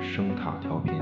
声塔调频。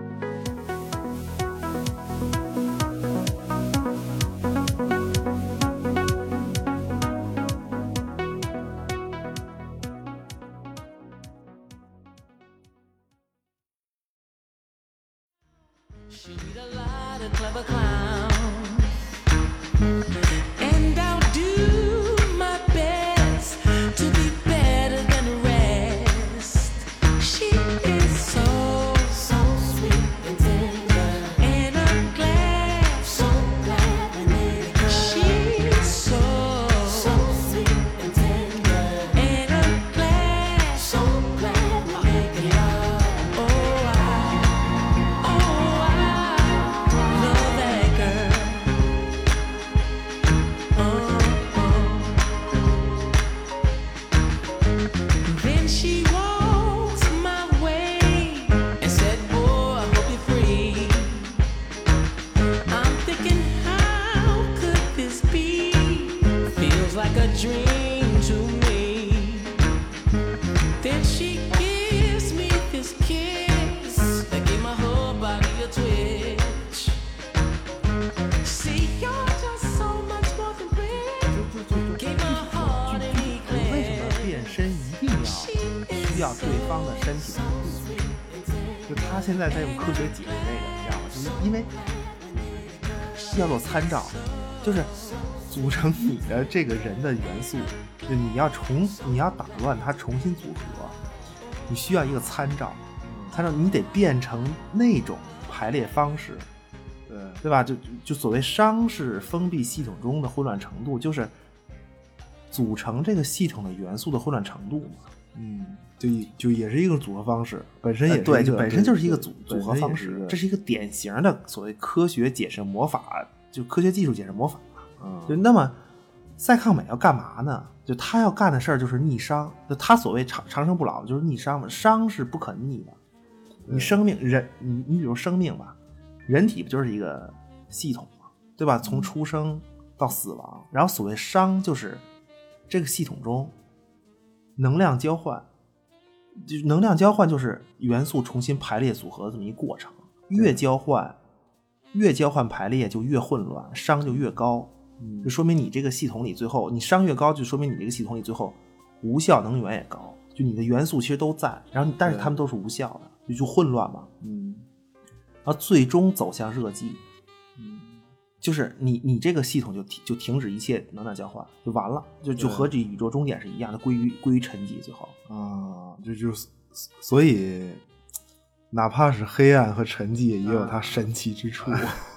现在在用科学解释这个，你知道吗？就是因为要做参照，就是组成你的这个人的元素，就你要打乱它重新组合，你需要一个参照，你得变成那种排列方式，对吧？就所谓熵是封闭系统中的混乱程度，就是组成这个系统的元素的混乱程度嘛。就也是一个组合方式，本身也是对，就本身就是一个组合方式，这是一个典型的所谓科学解释魔法，就科学技术解释魔法。就那么赛康美要干嘛呢？就他要干的事儿就是逆熵，就他所谓长生不老就是逆熵嘛，熵是不可逆的。你生命你比如生命吧，人体不就是一个系统嘛，对吧？从出生到死亡，然后所谓熵就是这个系统中能量交换。能量交换就是元素重新排列组合的这么一过程，越交换排列就越混乱，熵就越高，就说明你这个系统里最后你熵越高，就说明你这个系统里最后无效能源也高，就你的元素其实都在，然后但是它们都是无效的，就混乱嘛，然后最终走向热寂，就是你这个系统就停止一切能量交换，就完了，就和这宇宙终点是一样的，归于沉寂，最后所以哪怕是黑暗和沉寂也有它神奇之处。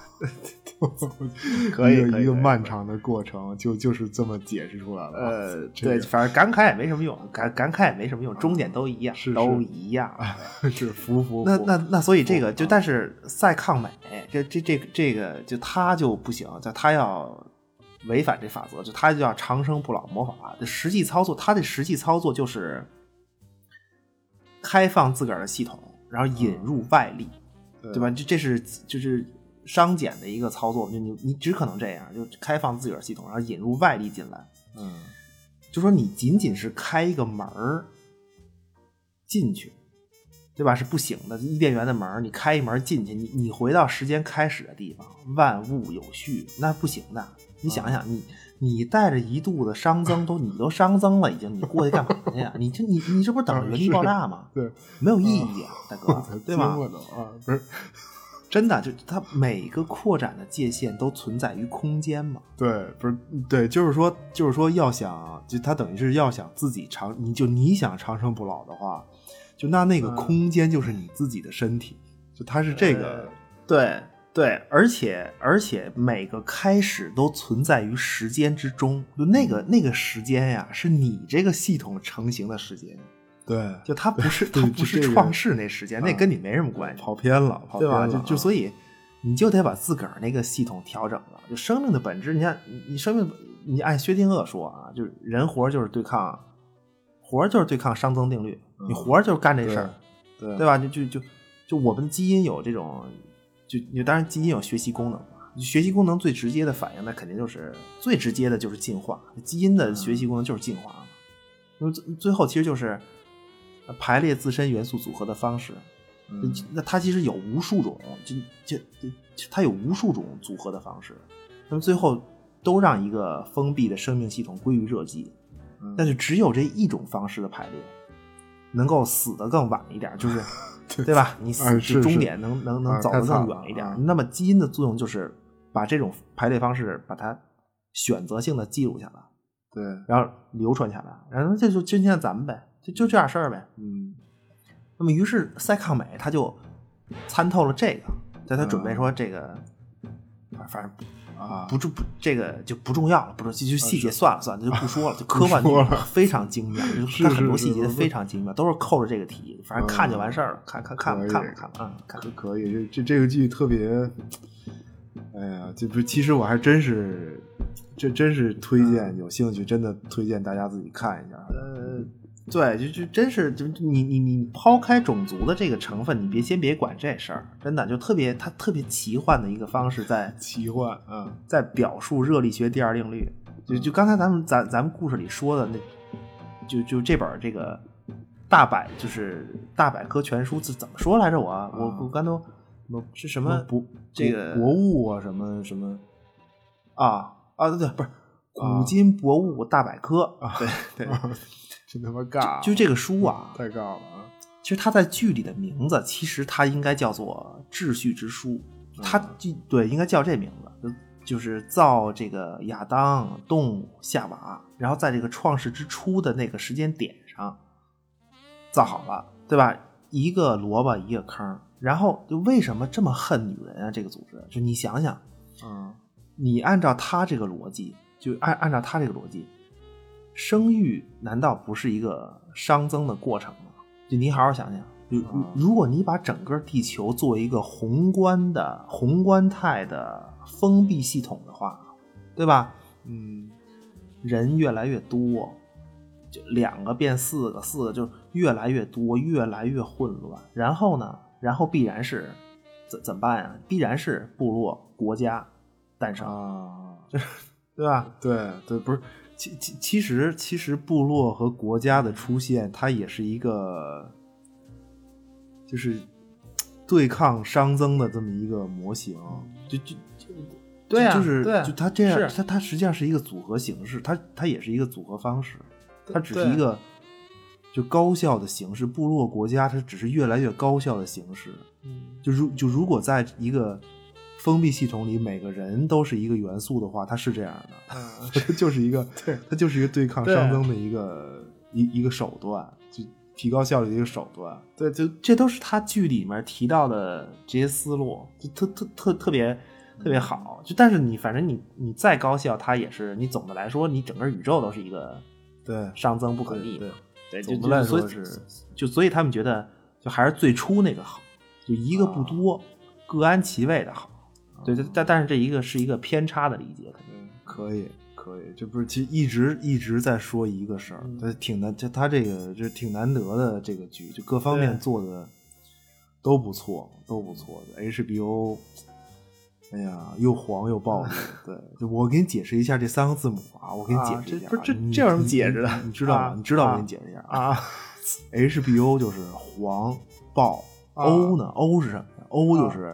可以一个漫长的过程就是这么解释出来了。 对，反正感慨也没什么用，感慨也没什么用，终点都一样，都一样。 是服。 那所以这个就，但是赛康美这个就他就不行，就他要违反这法则，就他就要长生不老魔法。实际操作，他的实际操作就是开放自个儿的系统，然后引入外力，对吧？这是就是熵减的一个操作，就你只可能这样，就开放自个儿系统，然后引入外力进来。就说你仅仅是开一个门进去，对吧？是不行的。伊甸园的门，你开一门进去，你回到时间开始的地方，万物有序，那不行的。你想想，你带着一肚子熵增，你都熵增了，已经，你过去干嘛去呀？你这不是等着原地爆炸吗？ 对， 没有意义啊，大哥，对吧？ 不是。 真的，就它每个扩展的界限都存在于空间嘛？ 对，不是，对，就是说要想，就它等于是要想自己你想长生不老的话，就那个空间就是你自己的身体，就它是这个， 对，而且每个开始都存在于时间之中，就那个时间呀，是你这个系统成型的时间。 对， 就它不是创世那时间，那跟你没什么关系， 跑偏了， 对吧？就所以你就得把自个儿那个系统调整了。就生命的本质，你看你生命，你按薛定谔说啊，就是人活就是对抗熵增定律，你活就是干这事儿，对吧？就我们的基因有这种，就当然基因有学习功能嘛，学习功能最直接的反应，那肯定就是最直接的就是进化，基因的学习功能就是进化嘛。最后其实就是排列自身元素组合的方式， 那它其实有无数种，它有无数种组合的方式，那么最后都让一个封闭的生命系统归于热寂，但是只有这一种方式的排列能够死得更晚一点，就是对吧？你死就终点能走得更远一点。那么基因的作用就是把这种排列方式把它选择性的记录下来， 对， 然后流传下来，然后这就今天咱们呗，就这样事儿呗。那么于是塞康美他就参透了这个，在他准备说这个，反正这个就不重要了，不就细节算了，就不说了。就科幻剧非常精妙，就是它很多细节非常精妙，都是扣着这个题，反正看就完事儿了，看可以。这个剧特别，哎呀，这不，其实我还真是推荐，有兴趣真的推荐大家自己看一下。 对，就真是就你抛开种族的这个成分，你先别管这事儿，真的就它特别奇幻的一个方式在奇幻在表述热力学第二定律。就刚才咱们故事里说的那，就这本这个大百科全书怎么说来着？我刚都是什么这个博物啊什么对，不是古今博物大百科对。 真他妈尬！ 就这个书啊， 太尬了啊！ 其实它在剧里的名字，其实它应该叫做《秩序之书》，它对应该叫这名字，就是造这个亚当、动物、夏娃，然后在这个创世之初的那个时间点上造好了，对吧？一个萝卜一个坑，然后就为什么这么恨女人啊？这个组织，就你想想，你按照他这个逻辑，就按照他这个逻辑。生育难道不是一个熵增的过程吗？就你好好想想，如果你把整个地球作为一个宏观态的封闭系统的话，对吧？人越来越多，就2个变4个，4个就越来越多，越来越混乱。然后呢？然后必然是怎么办呀？必然是部落国家诞生对吧？ 对，不是。其实部落和国家的出现，它也是一个就是对抗熵增的这么一个模型。 对啊， 就它这样，它实际上是一个组合形式，它也是一个组合方式，它只是一个就高效的形式。部落国家它只是越来越高效的形式。就如果在一个封闭系统里每个人都是一个元素的话，它是这样的，它就是一个对抗熵增的一个手段，就提高效率的一个手段。 对，就这都是他剧里面提到的这些思路，就特别好。就但是反正你再高效，它也是你总的来说，你整个宇宙都是一个熵增不可逆的。对， 总的来说是所以他们觉得就还是最初那个好，就一个不多，各安其位的好。对，但是这是一个偏差的理解， 可以，这不是其实一直在说一个事儿，挺难，就他这个就是挺难得的这个剧，就各方面做的都不错。HBO， 哎呀，又黄又暴力，对，就我给你解释一下这3个字母啊，我给你解释一下， 不是这有什么解释的？ 你知道吗？你知道我给你解释一下HBO 就是黄暴，O 呢 ？O 是什么呀 ？O 就是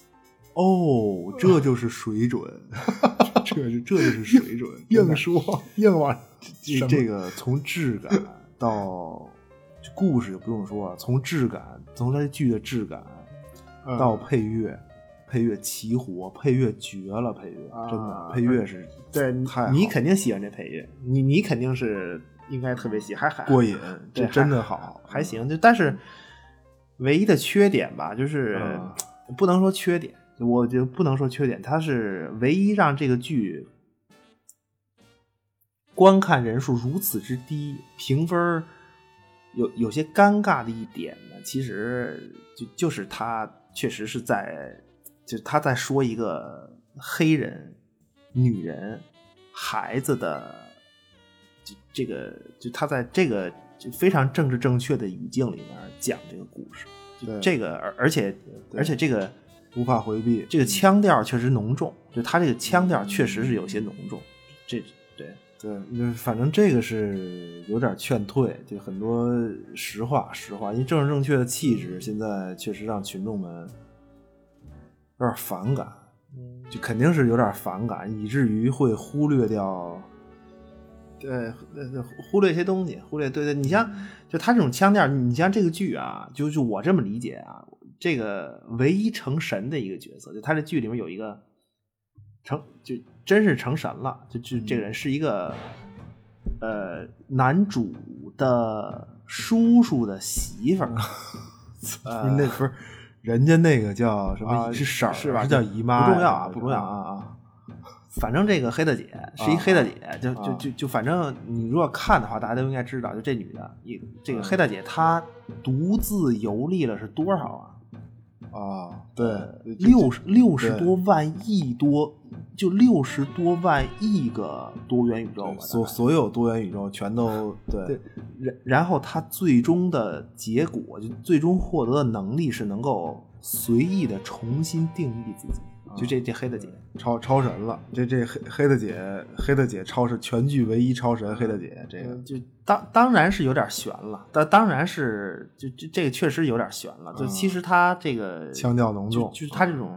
这就是水准，这就是水准， 硬说硬往这个从质感到故事就不用说了，从质感，从这剧的质感到配乐齐活，配乐绝了，配乐真的配乐是对太好， 你肯定喜欢这配乐，你肯定是应该特别喜欢，还过瘾，这真的好， 还行。就但是唯一的缺点吧，就是不能说缺点。我就不能说缺点，它是唯一让这个剧观看人数如此之低，评分有些尴尬的一点呢。其实就是他确实是就是他在说一个黑人、女人、孩子的这个，就他在这个就非常政治正确的语境里面讲这个故事，就这个而且这个。 无法回避， 这个腔调确实浓重，就他这个腔调确实是有些浓重，这对对，反正这个是有点劝退，就很多实话，因为政治正确的气质现在确实让群众们有点反感，就肯定是有点反感，以至于会忽略掉，对，忽略一些东西，对，你像就他这种腔调，你像这个剧啊，就我这么理解啊，这个唯一成神的一个角色，就他这剧里面有一个就真是成神了，就这个人是一个男主的叔叔的媳妇儿，那不是人家那个叫什么是婶儿是吧？ 是叫姨妈， 不重要啊。反正这个黑大姐是一黑大姐，就反正你如果看的话，大家都应该知道，就这女的，这个黑大姐她独自游历了是多少啊？ 对 ，60多万亿多，就60多万亿个多元宇宙吧， 所有多元宇宙全都对。 然后他最终的结果，就最终获得的能力是能够随意的重新定义自己。就这黑大姐超神了，这黑大姐超神，全剧唯一超神黑大姐，这个就当然是有点悬了，当然是就这个确实有点悬了，就其实他这个腔调浓重， 就是他这种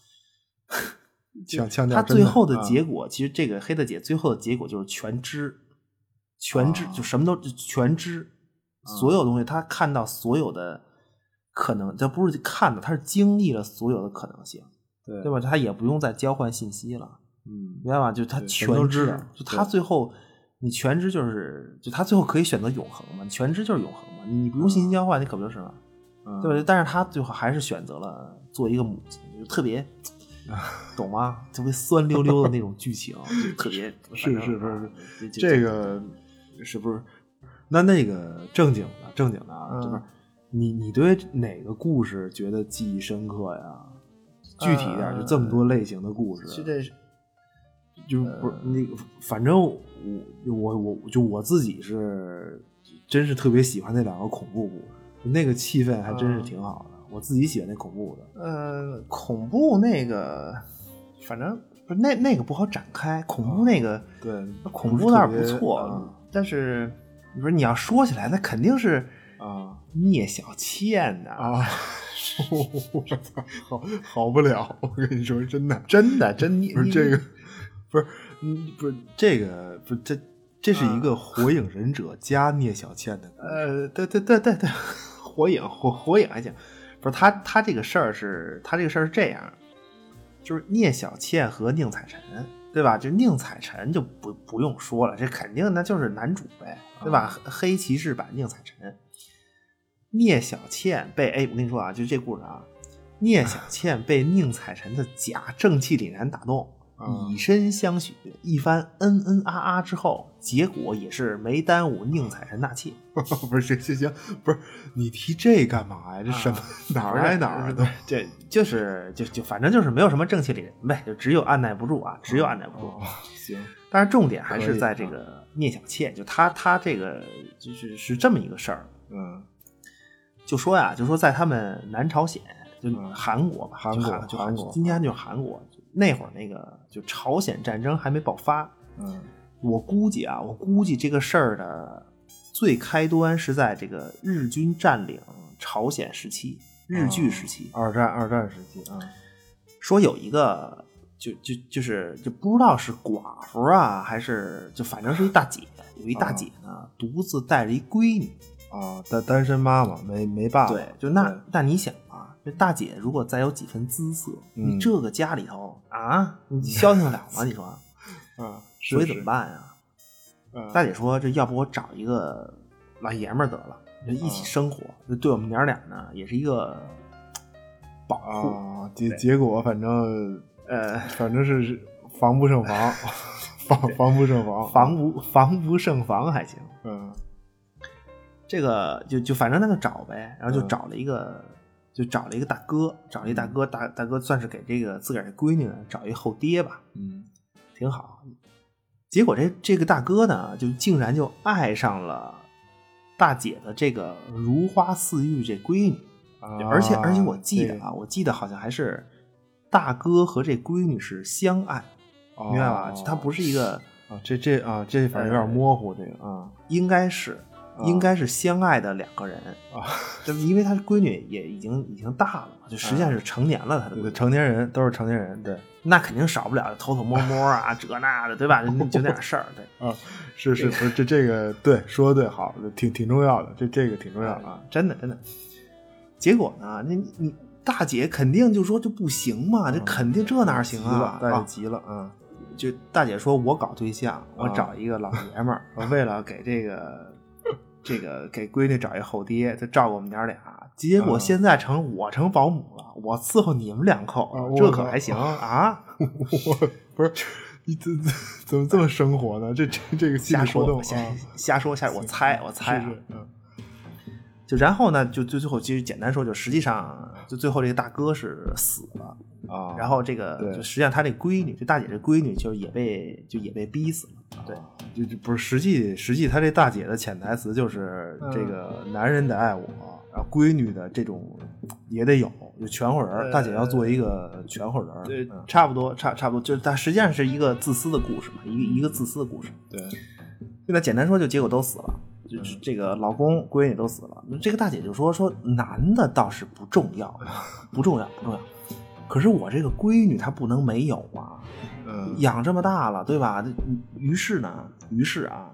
腔调， 他最后的结果，其实这个黑大姐最后的结果就是全知，就什么都全知，所有东西他看到所有的可能，这不是看到，他是经历了所有的可能性。对吧？他也不用再交换信息了，明白吧？就他全知，就他最后你全知就他最后可以选择永恒嘛？全知就是永恒嘛？你不用信息交换，你可不就是吗？对吧？但是他最后还是选择了做一个母亲，就特别懂吗？特别酸溜溜的那种剧情，就特别是这个是不是？那个正经的啊，就是你对哪个故事觉得记忆深刻呀？具体一点，就这么多类型的故事，就不是那个，反正我自己是真是特别喜欢那2个恐怖故事，那个气氛还真是挺好的。我自己喜欢那恐怖的，恐怖那个，反正不是那个不好展开，恐怖那个对， 恐怖倒是不错，但是你说你要说起来，那肯定是聂小倩的啊。我操，好不了！我跟你说，真的，不是这个，不是这个，不是这是一个火影忍者加聂小倩的故事。对，火影还行。不是他这个事儿是这样，就是聂小倩和宁采臣，对吧？就宁采臣就不用说了，这肯定那就是男主呗，对吧？黑骑士版宁采臣。聂小倩被我跟你说啊，就这故事啊，聂小倩被宁采臣的假正气凛然打动，以身相许，一番恩啊之后，结果也是没耽误宁采臣纳妾。 不是行，不是你提这干嘛呀？这什么哪儿挨哪儿的？ 这就是反正就是没有什么正气凛然呗，就只有按耐不住啊，只有按耐不住。 行， 但是重点还是在这个聂小倩，就他这个是这么一个事儿，就说呀，就说在他们南朝鲜，就韩国吧，韩国，今天就是韩国。那会儿那个就朝鲜战争还没爆发，我估计这个事儿的最开端是在这个日军占领朝鲜时期，日据时期， 二战时期啊。 说有一个就不知道是寡妇啊，还是就反正是一大姐，有一大姐呢，独自带着一闺女。 单身妈妈没爸爸， 对，就那你想啊，这大姐如果再有几分姿色，你这个家里头啊，你消停了吗？你说，所以怎么办呀？大姐说，这要不我找一个老爷们儿得了，就一起生活，就对我们娘俩呢也是一个保护。 结果反正是防不胜防，防不胜防， 防不胜防还行。这个就反正那就找呗，然后就找了一个大哥，大哥算是给这个自个儿的闺女找一后爹吧，挺好。结果这个大哥呢，就竟然就爱上了大姐的这个如花似玉这闺女，而且我记得好像还是大哥和这闺女是相爱，明白吧？他不是一个这反正有点模糊，这个啊， 应该是相爱的两个人啊， 因为他闺女也已经大了，就实际上是成年了，他的成年人都是成年人，对， 那肯定少不了偷偷摸摸啊，这那的，对吧？就那点事儿，对啊，是不是这个对，说的对，好，挺重要的，这个挺重要啊， 真的。结果呢，你大姐肯定就说就不行嘛，这肯定这哪行啊？ 大姐急了啊！ 就大姐说，我搞对象，我找一个老爷们儿，我为了给这个给闺女找一后爹，就照顾我们娘俩。结果现在我成保姆了，我伺候你们两口，这可还行啊？ 不是，你怎么这么生活呢？这个瞎说，我猜， 是就然后呢，就最后其实简单说，就实际上就最后这个大哥是死了啊， 然后这个就实际上他这闺女，就大姐这闺女就也被逼死了，对， 就不是实际他这大姐的潜台词就是这个男人得爱我，然后闺女的这种也得有全乎人，大姐要做一个全乎人， 对，差不多，就是它实际上是一个自私的故事嘛，一个自私的故事， 对， 现在简单说就结果都死了。就这个老公闺女都死了，这个大姐就说男的倒是不重要，不重要，可是我这个闺女她不能没有啊，养这么大了，对吧？于是啊，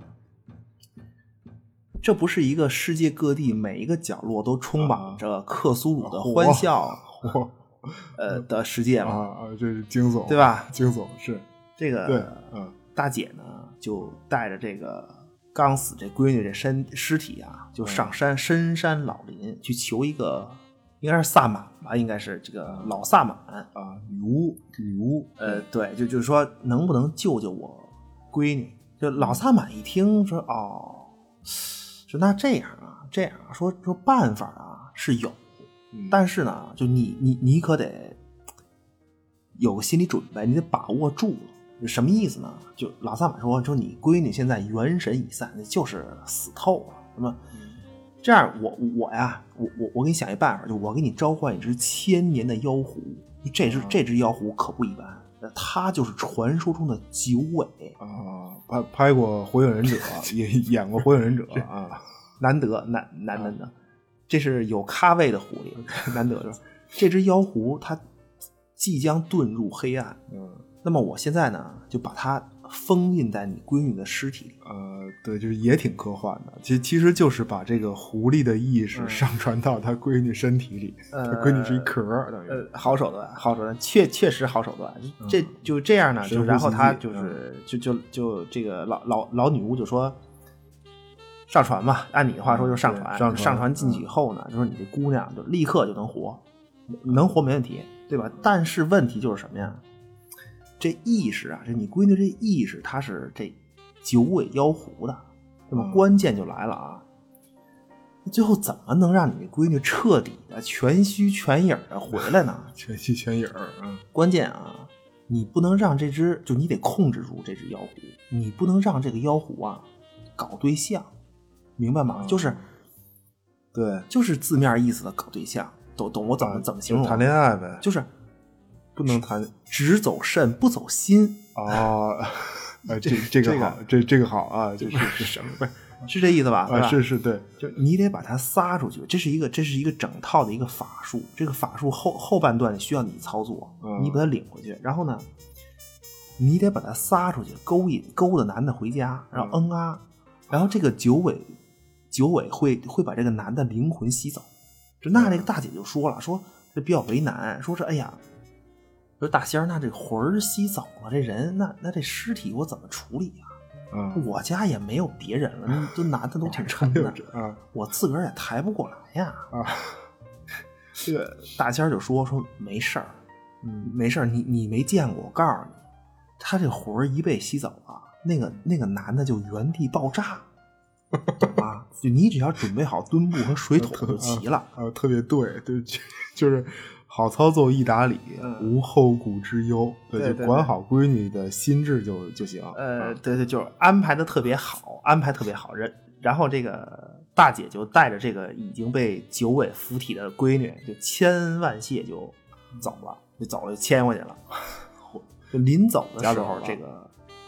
这不是一个世界各地每一个角落都充满着克苏鲁的欢笑的世界吗？ 这是惊悚， 对吧？ 惊悚是这个， 对， 大姐呢就带着这个。刚死这闺女这尸体啊，就上山深山老林去求一个，应该是萨满吧，应该是这个老萨满啊，女巫， 对，就是说能不能救我闺女？就老萨满一听说说那这样啊，说办法啊是有，但是呢，就你可得有个心理准备，你得把握住了。什么意思呢？就老萨满说你闺女现在元神已散，就是死透了。那么这样，我给你想一办法，就我给你召唤一只1000年的妖狐。这只妖狐可不一般，它就是传说中的九尾啊，拍过《火影忍者》，也演过《火影忍者》啊， 难得，这是有咖位的狐狸，难得。这只妖狐它即将遁入黑暗，那么我现在呢，就把它封印在你闺女的尸体里。 对，就是也挺科幻的。其实就是把这个狐狸的意识上传到他闺女身体里。他闺女是一壳，等于好手段，确实好手段。这就这样呢，就然后他就是就这个老女巫就说上传嘛，按你的话说就上传进去以后呢，就说你这姑娘就立刻就能活没问题，对吧？但是问题就是什么呀？这意识啊，这你闺女这意识，它是这九尾妖狐的。那么关键就来了啊，最后怎么能让你闺女彻底的全虚全影的回来呢？ 全虚全影关键啊，你不能让就你得控制住这只妖狐，你不能让这个妖狐啊搞对象，明白吗？就是对， 就是字面意思的搞对象，懂我怎么形容？ 谈恋爱呗， 就是不能谈， 只走肾不走心这个好，这个好啊，就是什么？不是这意思吧？ 是对， 就你得把它撒出去，这是一个整套的一个法术。这个法术后半段需要你操作，你把它领回去，然后呢，你得把它撒出去，勾的男的回家，然后然后这个九尾会把这个男的灵魂吸走。那个大姐就说了，说这比较为难，说是哎呀。说大仙儿，那这魂儿吸走了，这人那这尸体我怎么处理呀？我家也没有别人了，这男的都挺沉的，我自个儿也抬不过来呀。这个大仙儿就说没事儿，没事儿，你没见过，我告诉你，他这魂儿一被吸走了，那个男的就原地爆炸，懂吗？就你只要准备好墩布和水桶就齐了。 特别对，就是好操作易打理，无后顾之忧。对，就管好闺女的心智就行。 对，就是安排的特别好。然后这个大姐就带着这个已经被九尾附体的闺女，就千万谢就走了，就牵过去了。就临走的时候，这个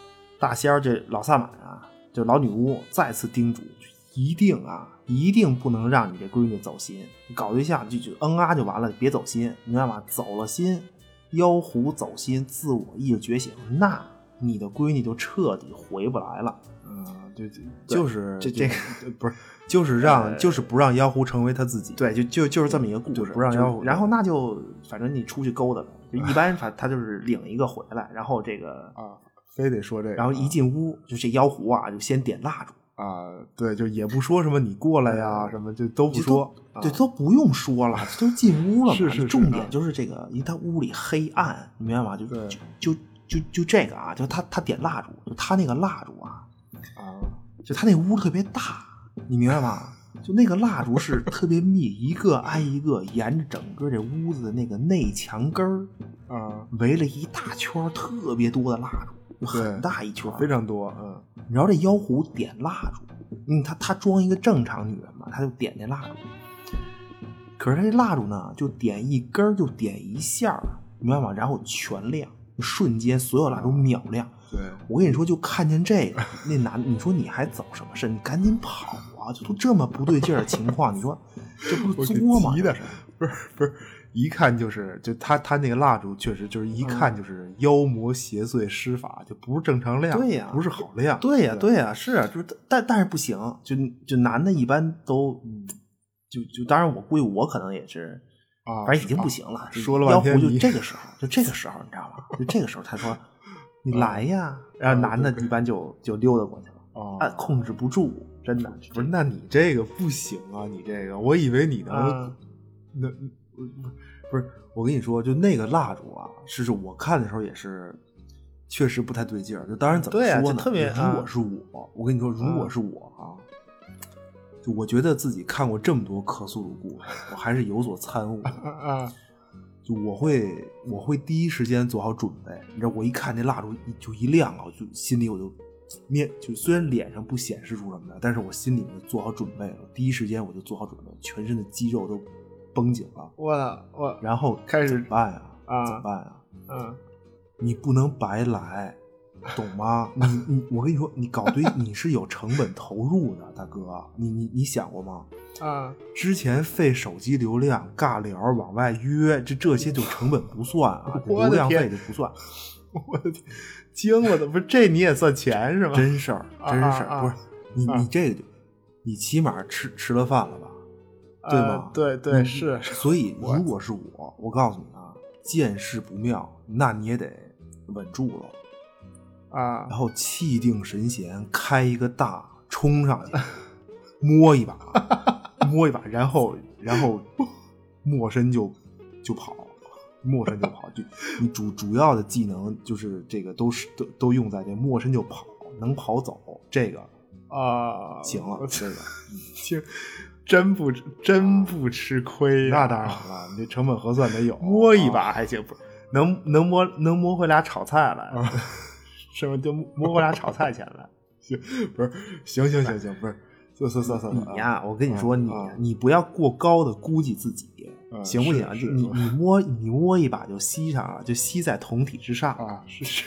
大仙儿这老萨满啊，就老女巫再次叮嘱，一定不能让你这闺女走心，搞对象就就完了，别走心，明白吗？走了心，妖狐走心，自我意识觉醒，那你的闺女就彻底回不来了。 就是这不是，就是不让妖狐成为他自己。 对，就是这么一个故事， 不让妖狐。 然后那就反正你出去勾搭呗，就一般他就是领一个回来，然后这个非得说这个， 然后一进屋就这妖狐啊，就先点蜡烛对，就也不说什么你过来呀，什么就都不说， 对，都不用说了，都进屋了嘛。 是重点就是这个，因为他屋里黑暗，你明白吗？就这个啊，就他点蜡烛，就他那个蜡烛就他那屋特别大，你明白吗？就那个蜡烛是特别密，一个挨一个，沿着整个这屋子的那个内墙根儿围了一大圈特别多的蜡烛，很大一圈， 非常多。 然后这妖狐点蜡烛，他装一个正常女人嘛，他就点那蜡烛。可是他这蜡烛呢，就点一根就点一下，明白吗？然后全亮，瞬间所有蜡烛秒亮。 对， 我跟你说，就看见这个那男的，你说你还走什么神？你赶紧跑啊！就都这么不对劲儿的情况，你说这不是作吗？ 急的，不是，一看就他那个蜡烛确实就是一看就是妖魔邪祟施法，就不是正常亮， 对呀， 不是好亮， 对呀，是啊，就是但是不行，就男的一般都就当然我估计我可能也是反正已经不行了。 说了半天， 妖狐就这个时候，你知道吗？就这个时候他说。你来呀！然后男的一般就溜达过去了，控制不住，真的不是。那你这个不行啊！你这个，我以为你能，不是。我跟你说，就那个蜡烛啊，是我看的时候也是，确实不太对劲儿。就当然怎么说呢？ 特别， 如果是我跟你说，如果是我就我觉得自己看过这么多克苏鲁故事，我还是有所参悟的。就我会第一时间做好准备，你知道，我一看那蜡烛就一亮啊，就心里我就虽然脸上不显示出什么的，但是我心里面就做好准备了。第一时间我就做好准备，全身的肌肉都绷紧了。 我然后开始怎么办呀？怎么办呀？你不能白来，懂吗？我跟你说，你搞对，你是有成本投入的，大哥，你想过吗？之前费手机流量尬聊往外约，这些就成本不算啊，流量费就不算。 我的天，惊了的，不是这你也算钱是吗？ 真事儿，不是你这个你起码吃了饭了吧？对吗？ 对是。 所以如果是我告诉你啊，见势不妙，那你也得稳住了然后气定神闲，开一个大冲上去，摸一把，然后没身就跑，就你主要的技能就是这个都用在这没身就跑，能跑走这个行了，这个真不吃亏那当然了，你这成本核算得有， 摸一把还行，不能摸回俩炒菜来是不是就摸回俩炒菜钱来？ 行，不是行，不是算你呀，我跟你说，你不要过高的估计自己，行不行？你摸一把就吸上了，就吸在酮体之上是。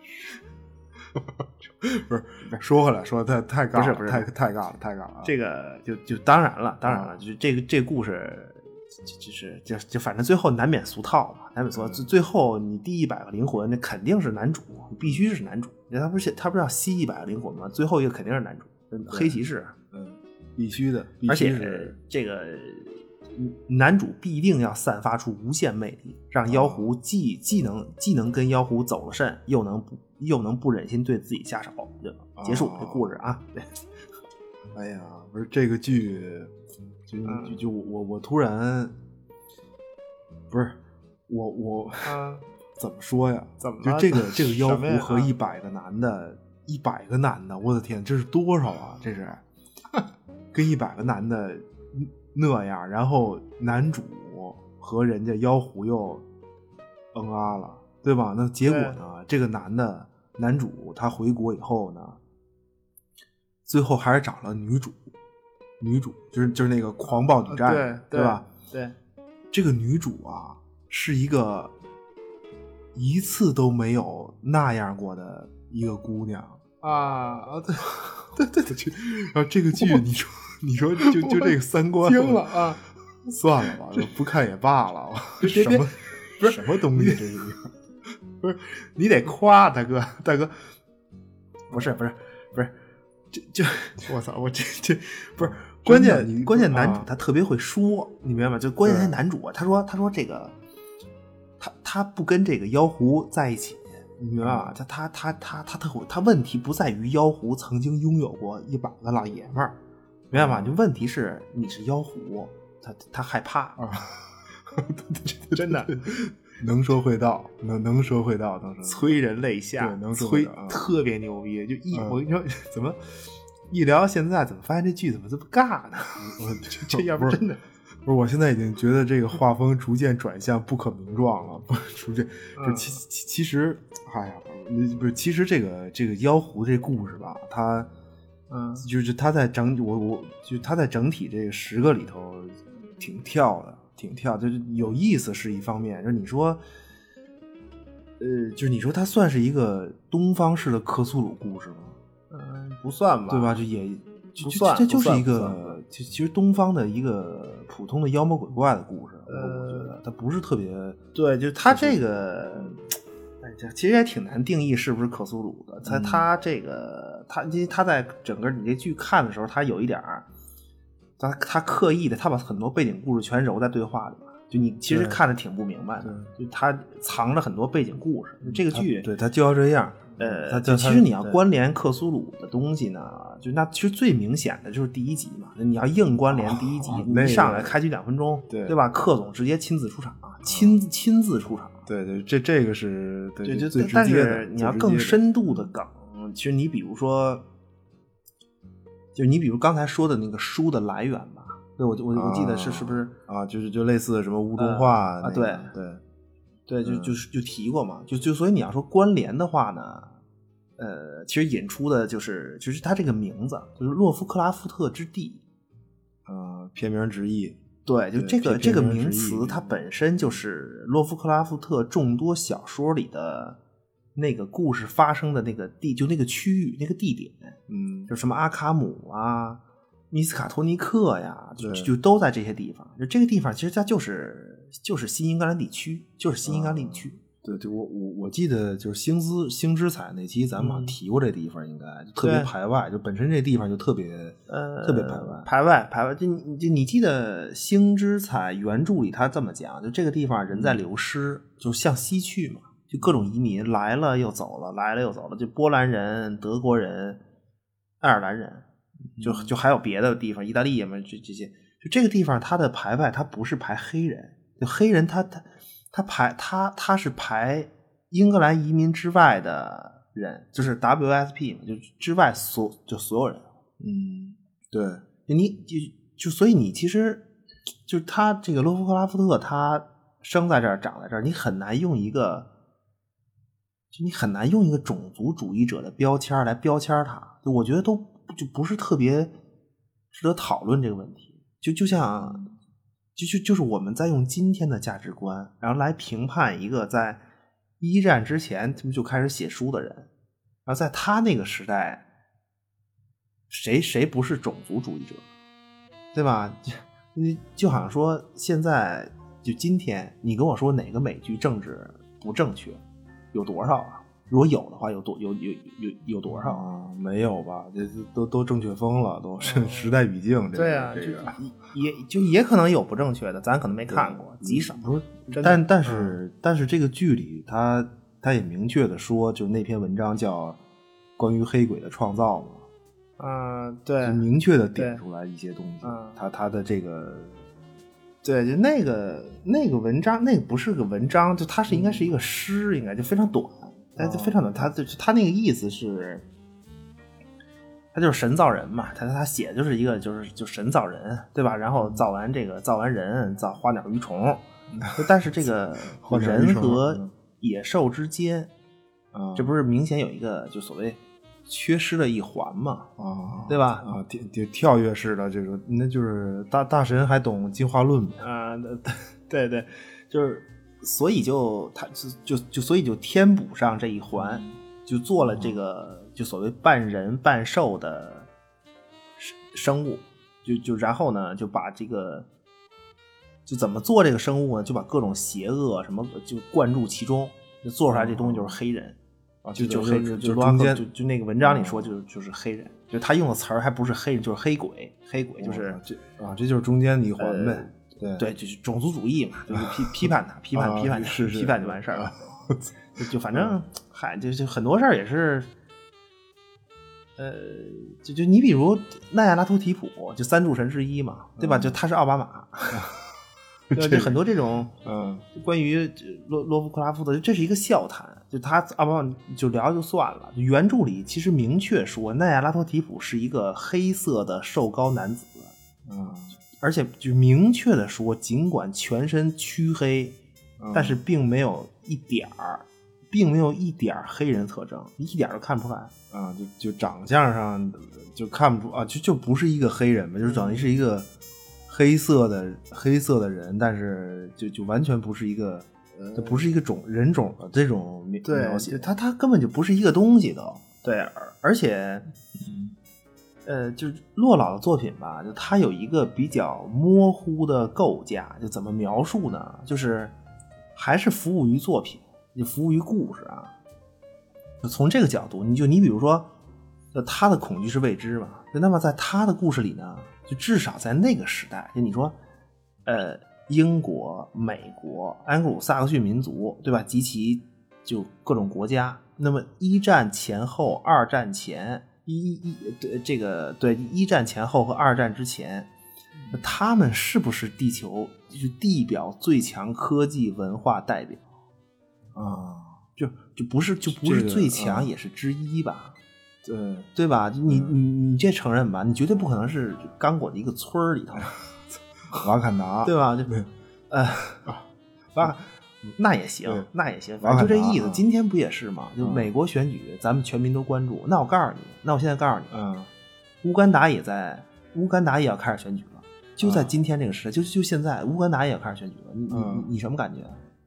不是说回来，说太尬了， 不是太尬了。 这个就当然了，就这故事就反正最后难免俗套嘛，最后你第100个灵魂，那肯定是男主，必须是男主。他不是要吸100个灵魂吗？最后一个肯定是男主，黑骑士， 必须的， 而且这个男主必定要散发出无限魅力，让妖狐既能跟妖狐走了肾，又能不忍心对自己下手，就结束这故事啊。对， 哎呀，不是这个剧，就我突然不是我怎么说呀？ 怎么就这个妖狐和100个男的，我的天，这是多少啊？这是跟100个男的那样，然后男主和人家妖狐又了，对吧？那结果呢？这个男主他回国以后呢，最后还是找了女主就是那个狂暴女战，对吧？ 对， 这个女主啊，是一个一次都没有那样过的一个姑娘， 对，然后这个剧你说就这个三观惊了啊！ 算了吧，不看也罢了。什么东西这是？不是你得夸大哥，不是，这我操，我这不是关键男主他特别会说，你明白吗？就关键他男主他说这个他不跟这个妖狐在一起。你明白吧？他问题不在于妖狐曾经拥有过100个老爷们儿，明白吗？就问题是你是妖狐，他害怕啊，真的能说会道，能说会道，催人泪下，能催特别牛逼。就我跟你说，怎么一聊现在，怎么发现这剧怎么这么尬呢？这要不真的。不是，我现在已经觉得这个画风逐渐转向不可名状了，不逐渐就其实，哎呀，不是，其实这个妖狐这故事吧，它，就是它在它在整体这个10个里头挺跳，就是有意思是一方面，就是你说，就是你说它算是一个东方式的克苏鲁故事吗？ 不算吧， 对吧？这就是一个，其实东方的一个普通的妖魔鬼怪的故事，我觉得它不是特别对，就是它这个，这其实也挺难定义是不是克苏鲁的。它这个，它在整个你这剧看的时候，它有一点儿，它刻意的，它把很多背景故事全揉在对话里了，就你其实看着挺不明白的，就它藏着很多背景故事。这个剧对它就要这样。其实你要关联克苏鲁的东西呢，就那其实最明显的就是第1集嘛。你要硬关联第1集，你上来开局2分钟，对吧？克总直接亲自出场，亲自出场。对，这个是最直接的。但是你要更深度的梗，其实你比如说，就你比如刚才说的那个书的来源吧，对，我记得是不是啊？就类似什么乌中话啊，对，就提过嘛，就所以你要说关联的话呢，其实引出的就是他这个名字，就是洛夫克拉夫特之地，片名直译。对，就这个名词，它本身就是洛夫克拉夫特众多小说里的那个故事发生的那个地，就那个区域那个地点，就什么阿卡姆啊、密斯卡托尼克呀，就都在这些地方。就这个地方其实它就是新英格兰地区，对，我记得就是星之彩那期咱们好像提过这地方，应该就特别排外，就本身这地方就特别排外。就你记得星之彩原著里他这么讲，就这个地方人在流失，就向西去嘛，就各种移民来了又走了，就波兰人、德国人、爱尔兰人，就还有别的地方，意大利嘛，这些，就这个地方它的排外，它不是排黑人，就黑人他是排英格兰移民之外的人，就是 WSP 就之外所有人。对，所以你其实就是他这个洛夫克拉夫特，他生在这儿长在这儿，你很难用一个种族主义者的标签来标签他，我觉得就不是特别值得讨论这个问题。就像就是我们在用今天的价值观，然后来评判一个在1战之前就开始写书的人，然后在他那个时代，谁不是种族主义者，对吧？就好像说现在就今天，你跟我说哪个美剧政治不正确，有多少啊？如果有的话，有多少啊？没有吧？这都正确疯了，都时代语境。对啊，这个也可能有不正确的，咱可能没看过，极少。不是，但是这个剧里，他也明确的说，就那篇文章叫关于黑鬼的创造嘛。对，就明确的点出来一些东西。他的这个。对，就那个文章，那个不是个文章，就它应该是一个诗，应该就非常短。就非常的，他那个意思是，他就是神造人嘛，他写的就是一个就神造人，对吧？然后造完人，造花鸟鱼虫，但是这个人和野兽之间，这不是明显有一个就所谓缺失的一环嘛，对吧？跳跃式的这种，那就是大神还懂进化论嘛？对，就是。所以所以就填补上这一环， 就做了这个就所谓半人半兽的生物，就然后呢就把这个就怎么做这个生物呢，就把各种邪恶什么就灌注其中，就做出来这东西就是黑人啊，就黑人就中间就那个文章里说就是黑人，就他用的词儿还不是黑人就是黑鬼就是这就是中间一环呗。 对，就是种族主义嘛，就是批判他，批判批判就完事儿了。就反正就很多事儿也是，就你比如奈亚拉图提普，就三柱神之一嘛，对吧？就他是奥巴马，对，就很多这种关于罗夫克拉夫特，这是一个笑谈，就他奥巴马就聊就算了。原著里其实明确说奈亚拉托提普是一个黑色的瘦高男子，而且就明确的说，尽管全身黢黑，但是并没有一点黑人特征，一点都看不出来啊！就长相上就看不出啊，就不是一个黑人吧，就是等于是一个黑色的人，但是就完全不是一个，这不是一个人种的这种描写， 他根本就不是一个东西都对，而且。就是洛老的作品吧，就他有一个比较模糊的构架，就怎么描述呢？就是还是服务于作品，就服务于故事啊。就从这个角度，你比如说，他的恐惧是未知嘛，那么在他的故事里呢，就至少在那个时代，就你说，英国、美国、安格鲁萨克逊民族，对吧？及其就各种国家，那么一战前后、二战前。一战前后和二战之前，他们是不是地球就是地表最强科技文化代表啊？就不是最强，也是之一吧？对吧？你这承认吧？你绝对不可能是刚果的一个村里头， 瓦坎达对吧？那也行，反正就这意思。今天不也是吗？就美国选举，咱们全民都关注。那我告诉你，我现在告诉你，乌干达也要开始选举了。就在今天这个时代，就现在，乌干达也要开始选举了。你什么感觉？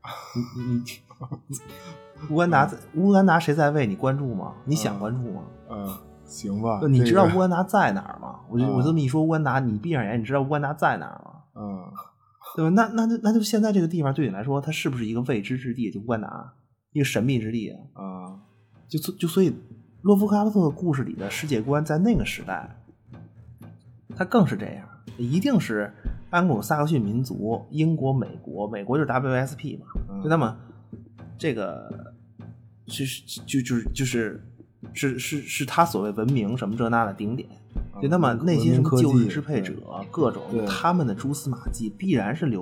乌干达谁在位？你关注吗？你想关注吗？ 行吧。 你知道乌干达在哪儿吗？我这么一说，乌干达，你闭上眼，你知道乌干达在哪儿吗？对吧？那就现在这个地方对你来说，它是不是一个未知之地？就乌干达，一个神秘之地啊！就所以，洛夫克拉夫特的故事里的世界观，在那个时代，它更是这样，一定是安格鲁萨克逊民族、英国、美国就是 WSP 嘛，就那么这个是他所谓文明什么这那的顶点。就那么那些什么旧日支配者，各种他们的蛛丝马迹，必然是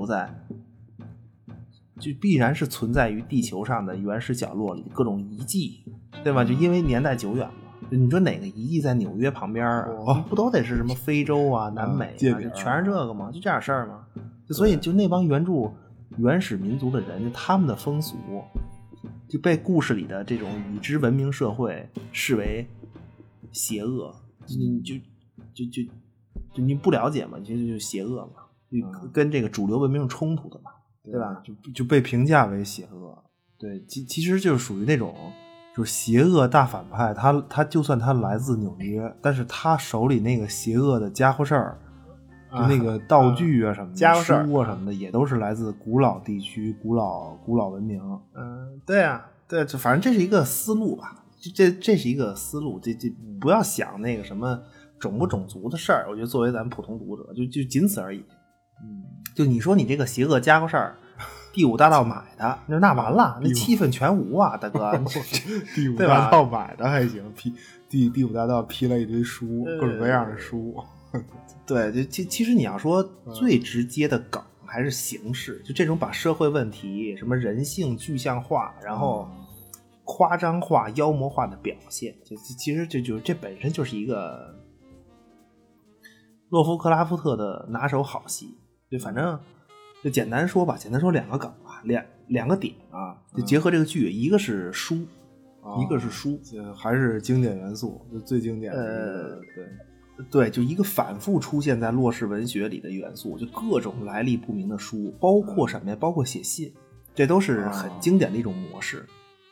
存在于地球上的原始角落里各种遗迹，对吧？就因为年代久远嘛，你说哪个遗迹在纽约旁边啊？不都得是什么非洲啊、南美啊，就全是这个吗？就这点事儿吗？所以就那帮原始民族的人，他们的风俗就被故事里的这种已知文明社会视为邪恶，就你不了解嘛，就邪恶嘛，就跟这个主流文明冲突的嘛，对吧？ 就被评价为邪恶。对，其实就是属于那种就是邪恶大反派，他就算他来自纽约，但是他手里那个邪恶的家伙事儿，就那个道具啊什么的、书啊什么的，也都是来自古老地区、古老文明。 对啊，对，就反正这是一个思路吧，这是一个思路，这不要想那个什么种不种族的事儿，我觉得作为咱们普通读者，就仅此而已。就你说你这个邪恶家伙事儿，第五大道买的，那完了，那气氛全无啊，大哥。 第五大道买的还行，第五大道批了一堆书，各种各样的书。 对，就其实你要说最直接的梗还是形式，就这种把社会问题什么人性具象化，然后夸张化、妖魔化的表现，其实这本身就是一个洛夫克拉夫特的拿手好戏。就反正就简单说两个梗吧，两个点啊，就结合这个剧，一个是书，一个是书， 还是经典元素，就最经典的对，就一个反复出现在洛氏文学里的元素，就各种来历不明的书，包括什么呀？包括写信，这都是很经典的一种模式。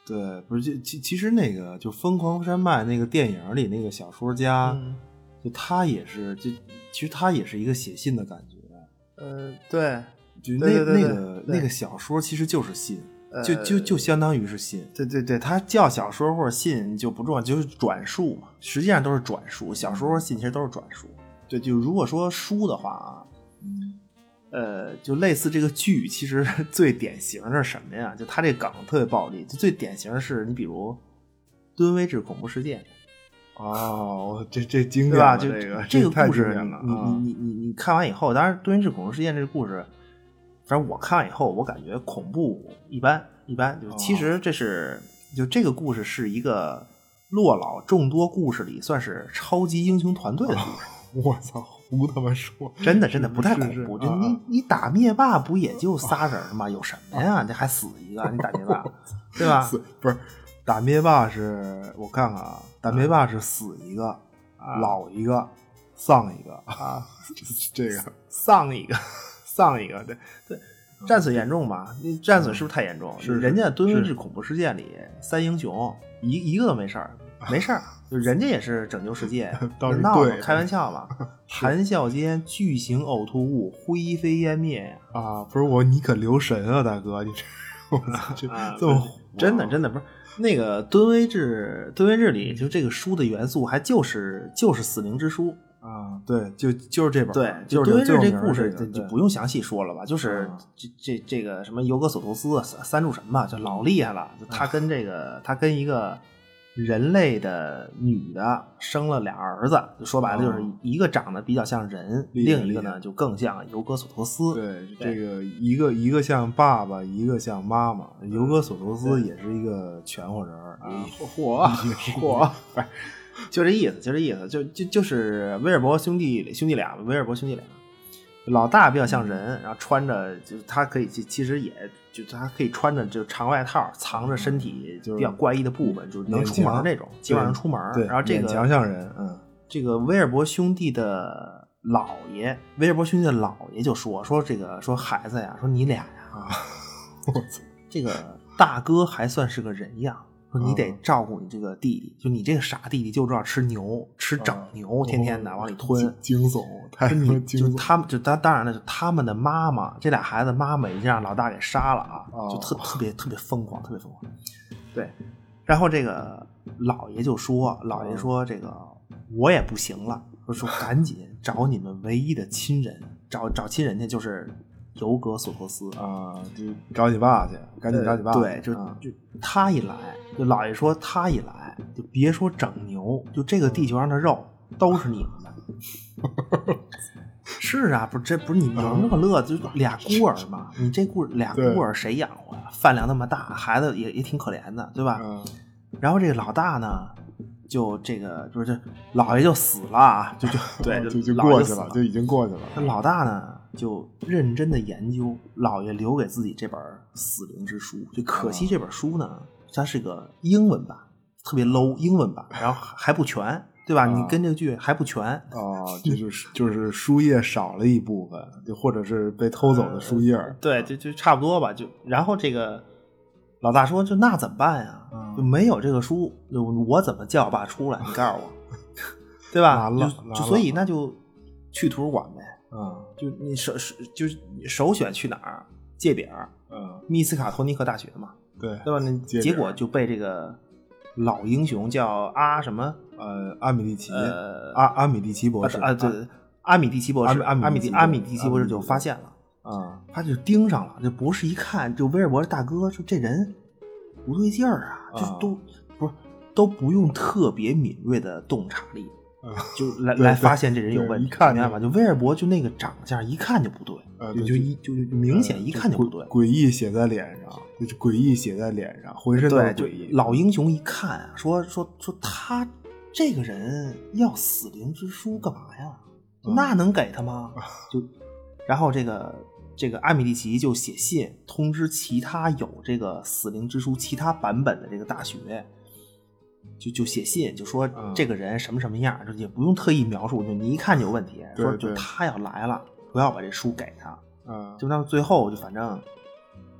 对，不是其实那个就《疯狂山脉》那个电影里那个小说家，就他也是其实他也是一个写信的感觉。 对， 就那个小说其实就是信。就相当于是信， 对，它叫小说或者信就不重要，就是转述嘛，实际上都是转述，小说和信其实都是转述。对，就如果说书的话啊，就类似这个剧，其实最典型的是什么呀？就它这梗特别暴力，就最典型的是你比如敦威治恐怖事件。 哦，这经典对吧？ 就这个故事， 你看完以后，当然敦威治恐怖事件这个故事。反正我看完以后，我感觉恐怖一般，就其实这是就这个故事是一个落老众多故事里算是超级英雄团队的故事。 我操，胡他妈说， 真的不太恐怖。就你打灭霸不也就仨人吗？有什么呀？这还死一个，你打灭霸，对吧？ 不是打灭霸是我看看啊，打灭霸是死一个，老一个，丧一个啊，这个丧一个。丧一个，对，战损严重吧？那战损是不是太严重？ 是人家敦威治恐怖事件里3英雄一个都没事儿，就人家也是拯救世界，闹开玩笑嘛。谈笑间，巨型呕吐物灰飞烟灭呀！ 啊，不是你可留神啊，大哥，你这么真的不是那个敦威治里就这个书的元素还就是死灵之书。 啊，对，就是这本， 对， 就是敦威治这故事就不用详细说了吧，就是这个什么尤格索托斯三柱神吧，就老厉害了，就他跟一个人类的女的生了俩儿子，就说白了就是一个长得比较像人，另一个呢就更像尤格索托斯。 对，这个一个像爸爸，一个像妈妈。尤格索托斯也是一个全乎人啊， 嚯！就这意思，就是威尔伯兄弟俩，老大比较像人，然后穿着就他可以其实也就他可以穿着就长外套，藏着身体比较怪异的部分，就是能出门那种，基本上能出门。然后这个强像人， 这个威尔伯兄弟的老爷就说这个说孩子呀，说你俩呀， 我操， 这个大哥还算是个人样。说你得照顾你这个弟弟，就你这个傻弟弟就知道吃牛，吃整牛，天天的往里吞， 惊悚，太惊悚。 他们当然了，就他们的妈妈，这俩孩子妈妈已经让老大给杀了啊，就特别疯狂，特别疯狂。对，然后这个老爷说这个我也不行了，说赶紧找你们唯一的亲人，找亲人去，就是尤格索托斯啊，就找你爸去，赶紧找你爸。 对，就他一来，就老爷说他一来，就别说整牛，就这个地球上的肉都是你们的。是啊，这不是你们那么乐，就俩孤儿嘛，你这俩孤儿谁养活呀？饭量那么大，孩子也挺可怜的，对吧？然后这个老大呢，就这个就是老爷就死了啊，就过去了，就已经过去了。 那老大呢？就认真的研究老爷留给自己这本死灵之书，就可惜这本书呢，它是个英文版，特别 low 英文版，然后还不全，对吧？你跟这个剧还不全就是书页少了一部分，就或者是被偷走的书页。 对，就差不多吧。就然后这个老大说，就那怎么办呀？就没有这个书，我怎么叫我爸出来？你告诉我，对吧？ 完了， 就所以那就去图书馆呗。就你首选去哪儿？界饼，密斯卡托尼克大学嘛， 对吧？那结果就被这个老英雄叫阿米蒂奇，阿米蒂奇博士啊，对，阿米蒂奇博士，阿米蒂奇博士就发现了，他就盯上了。这博士一看，就威尔伯大哥说这人不对劲儿啊，就都不用特别敏锐的洞察力。就来发现这人有问题， 一看明白吧？就威尔伯就那个长相，一看就不对，就明显一看就不对， 诡异写在脸上，就是诡异写在脸上，浑身都是诡异。 老英雄一看啊，说他这个人要死灵之书干嘛呀？那能给他吗？然后这个阿米蒂奇就写信通知其他有这个死灵之书其他版本的这个大学。就写信就说这个人什么什么样，就也不用特意描述，就你一看就有问题。说就他要来了，不要把这书给他。就到最后就反正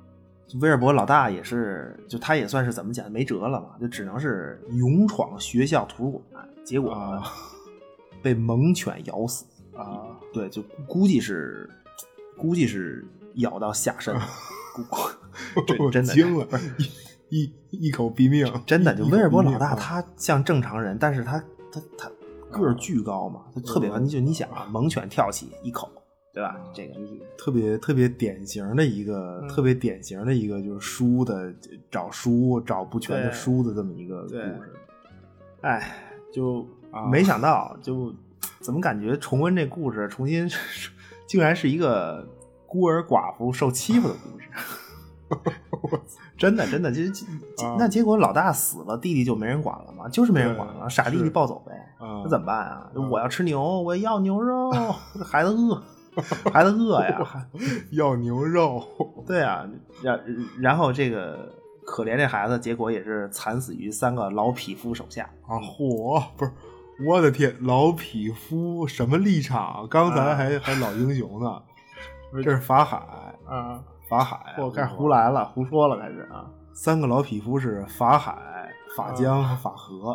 威尔伯老大也是，就他也算是怎么讲没辙了嘛，就只能是勇闯学校图书馆，结果被猛犬咬死啊！对，就估计是咬到下身，真的惊了，一口毙命， 真的就威尔伯老大他像正常人，但是他个儿巨高嘛，他特别你想啊，猛犬跳起一口。对吧？这个特别典型的一个，特别典型的一个就是书的找不全的书的这么一个故事。 哎，就没想到，就怎么感觉重温这故事，重新竟然是一个孤儿寡妇受欺负的故事。真的，那结果老大死了，弟弟就没人管了嘛，就是没人管了，傻弟弟抱走呗。那怎么办啊？我要吃牛，我要牛肉，孩子饿。孩子饿呀， 要牛肉。 对啊，然后这个可怜这孩子，结果也是惨死于3个老匹夫手下啊！嚯，不是，我的天，老匹夫什么立场？刚才还老英雄呢，这是法海啊， 法海， 我开始胡来了，胡说了，开始啊 ！3个老匹夫是法海、法江和法和。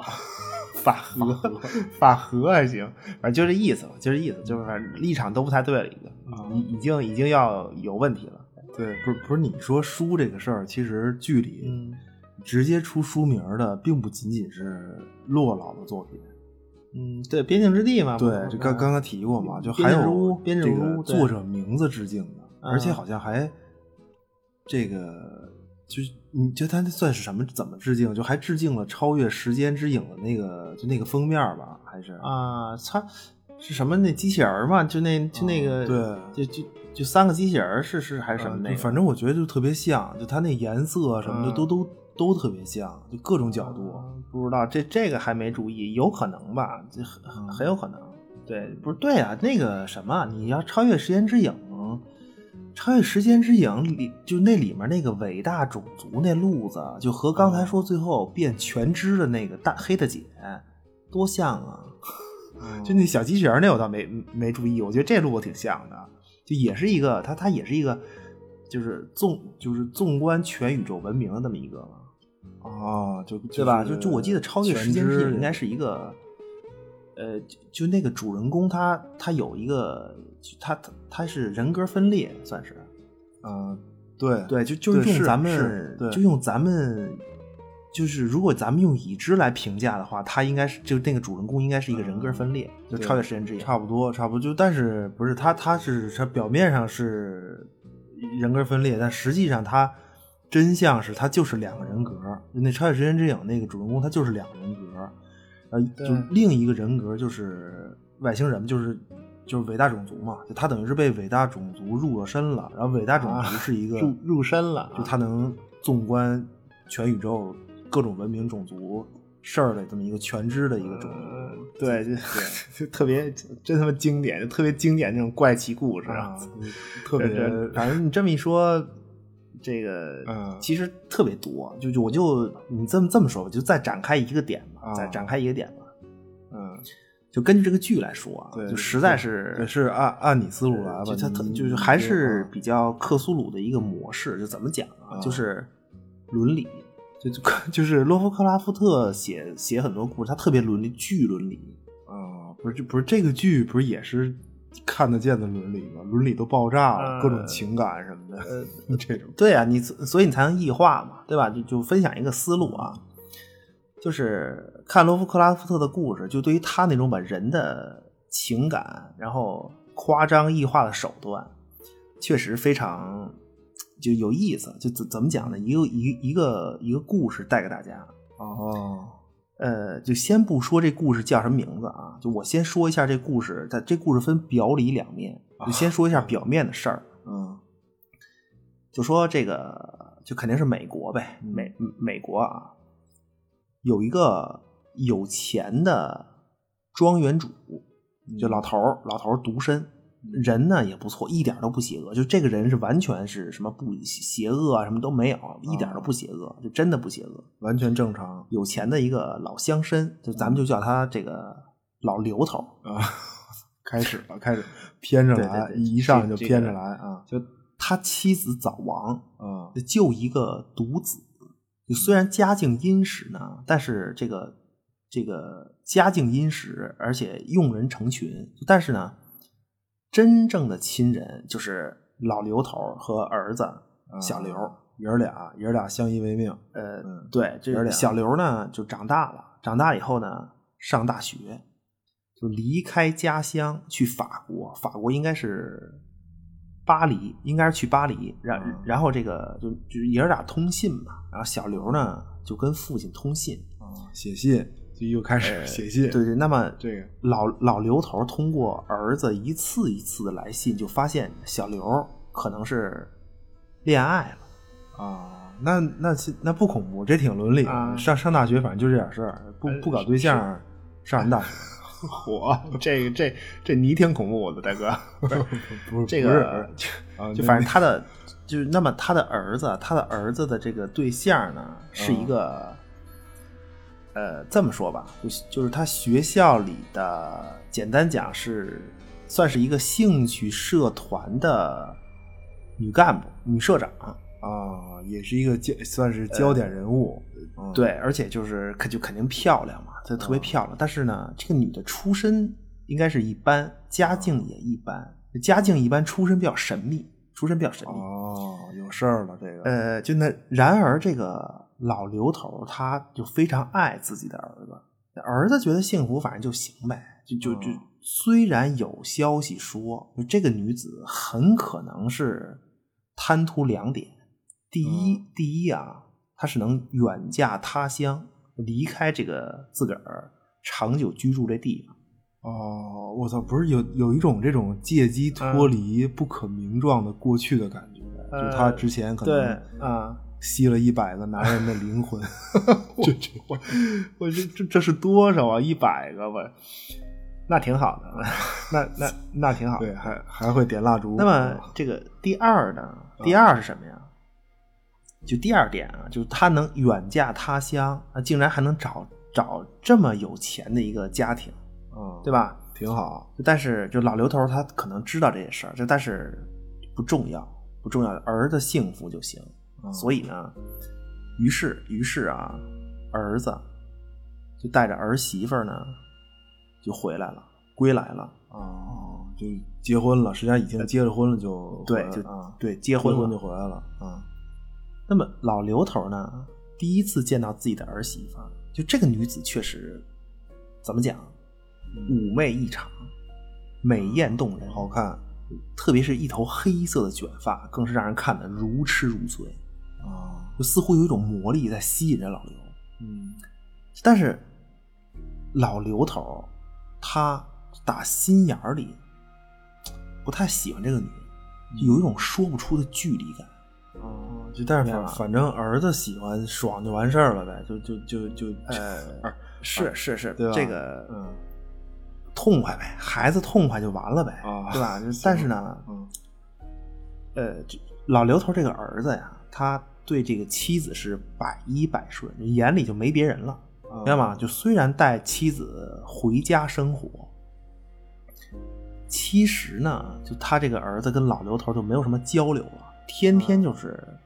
法和还行，反正就这意思吧，就是反正立场都不太对了，已经要有问题了。 对，不是你说书这个事儿，其实剧里直接出书名的，并不仅仅是洛老的作品。 对，边境之地嘛， 对，就刚刚提过嘛，就还有边境屋作者名字致敬的，而且好像还这个。就是你觉得他算是什么？怎么致敬？就还致敬了超越时间之影的那个封面吧？还是啊？他是什么？那机器人嘛？就那个对， 就3个机器人是还是什么那个？ 反正我觉得就特别像，就他那颜色什么的都特别像，就各种角度。 不知道这个还没注意，有可能吧？这很有可能。对，不是对啊？那个什么，你要超越时间之影。超越时间之影里，就那里面那个伟大种族那路子，就和刚才说最后变全知的那个大黑的姐多像啊！就那小机器人那我倒没注意，我觉得这路子挺像的，就也是一个它也是一个就是纵观全宇宙文明的这么一个啊， 对吧？就我记得超越时间之影应该是一个就那个主人公他有一个。他是人格分裂，算是， 对， 就是用咱们，就用咱们，就是如果咱们用已知来评价的话，他应该是就那个主人公应该是一个人格分裂，就超越时间之影， 差不多，就但是不是他表面上是人格分裂，但实际上他真相是他就是2个人格，那超越时间之影那个主人公他就是2个人格，就另一个人格就是外星人，就是伟大种族嘛，就他等于是被伟大种族入了身了，然后伟大种族是一个入身了， 就他能纵观全宇宙各种文明种族事儿的这么一个全知的一个种族， 对，就特别真他妈经典，就特别经典那种怪奇故事特别， 反正你这么一说，这个其实特别多，就你这么说吧，就再展开一个点吧，就根据这个剧来说啊，就实在是按你思路来吧， 就是还是比较克苏鲁的一个模式，就怎么讲啊？就是伦理，就是洛夫克拉夫特写很多故事，他特别伦理，巨伦理啊，不是这个剧不是也是看得见的伦理吗？伦理都爆炸了，各种情感什么的，这种对啊，所以你才能异化嘛，对吧？就分享一个思路啊。就是看罗夫克拉夫特的故事，就对于他那种把人的情感然后夸张异化的手段，确实非常就有意思。就怎么讲呢？一个故事带给大家就先不说这故事叫什么名字啊，就我先说一下这故事。这故事分表里2面，就先说一下表面的事儿。就说这个就肯定是美国呗，美国啊。有一个有钱的庄园主，就老头独身，人呢也不错，一点都不邪恶，就这个人是完全是什么不邪恶啊，什么都没有，一点都不邪恶，就真的不邪恶， 完全正常。 有钱的一个老乡绅，就咱们就叫他这个老刘头啊。开始偏着来，一上就偏着来啊， 就他妻子早亡，就一个独子。就虽然家境殷实呢，但是这个家境殷实，而且用人成群，但是呢，真正的亲人就是老刘头和儿子小刘， 爷儿俩相依为命。 对，这个小刘呢就长大了，长大以后呢上大学，就离开家乡去法国，法国应该是巴黎，应该是去巴黎，然后这个就爷儿俩通信嘛，然后小刘呢就跟父亲通信， 写信，就又开始写信。 对，那么这个老刘头通过儿子一次一次的来信，就发现小刘可能是恋爱了那不恐怖，这挺伦理的。上大学反正就这点事儿，不搞对象，上什么大学？ 我这你挺恐怖的，大哥。 不是这个就反正那么他的儿子的这个对象呢是一个这么说吧，就是他学校里的，简单讲算是一个兴趣社团的女干部、女社长也是一个算是焦点人物。 对，而且就肯定漂亮嘛，她特别漂亮。但是呢，这个女的出身应该是一般，家境也一般，出身比较神秘。 有事儿了这个。 然而这个老刘头他就非常爱自己的儿子觉得幸福，反正就行呗。就虽然有消息说这个女子很可能是贪图2点，第一啊，她是能远嫁他乡，离开这个自个儿长久居住这地方。 我操，不是有一种这种借机脱离不可名状的过去的感觉，就他之前可能吸了100个男人的灵魂。 这是多少啊？100个吧，那挺好的，那挺好的。 对，还会点蜡烛。 那么这个第二呢？第二是什么呀？就第2点啊，就是他能远嫁他乡，竟然还能找这么有钱的一个家庭，对吧？ 挺好。 但是就老刘头他可能知道这些事儿，但是不重要，儿子幸福就行。所以呢，于是啊，儿子就带着儿媳妇呢就归来了。 就结婚了，实际上已经结了婚了，就对，结婚就回来了。 那么老刘头呢，第一次见到自己的儿媳妇，就这个女子确实怎么讲，妩媚异常，美艳动人， 好看， 特别是一头黑色的卷发，更是让人看得如痴如醉就似乎有一种魔力在吸引着老刘。但是老刘头他打心眼里不太喜欢这个女人，就有一种说不出的距离感。 但是反正儿子喜欢爽就完事儿了呗， 是， 对吧？ 这个痛快呗，孩子痛快就完了呗，对吧？但是呢，老刘头这个儿子呀，他对这个妻子是百依百顺，眼里就没别人了，明白吗？就虽然带妻子回家生活，其实呢，就他这个儿子跟老刘头就没有什么交流了，天天就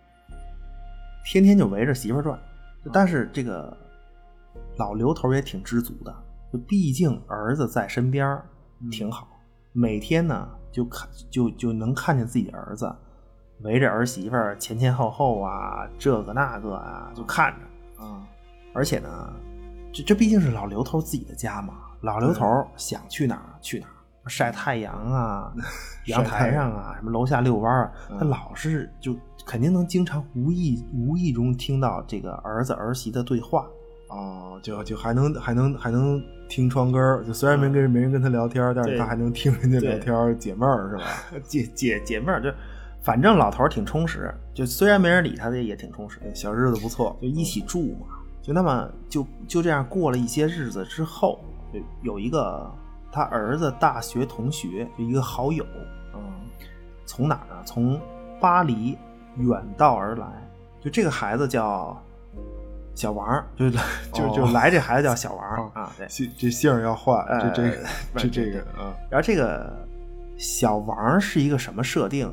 围着媳妇转。但是这个老刘头也挺知足的，就毕竟儿子在身边挺好，每天呢就能看见自己的儿子围着儿媳妇前后啊，这个那个啊，就看着而且呢，这毕竟是老刘头自己的家嘛，老刘头想去哪儿去哪儿，晒太阳啊，阳台上啊，什么楼下遛弯啊，他老是就肯定能经常无意中听到这个儿子儿媳的对话就还能听窗根儿，就虽然没人跟他聊天，但是他还能听人家聊天，解闷儿是吧？ 解闷儿，就反正老头挺充实，就虽然没人理他，也挺充实， 小日子不错， 就一起住嘛。就那么就这样过了一些日子之后，就有一个他儿子大学同学，就一个好友，从哪儿呢？从巴黎远道而来，就这个孩子叫小王，就来这孩子叫小王对， 这姓儿要换，这个然后这个小王是一个什么设定啊？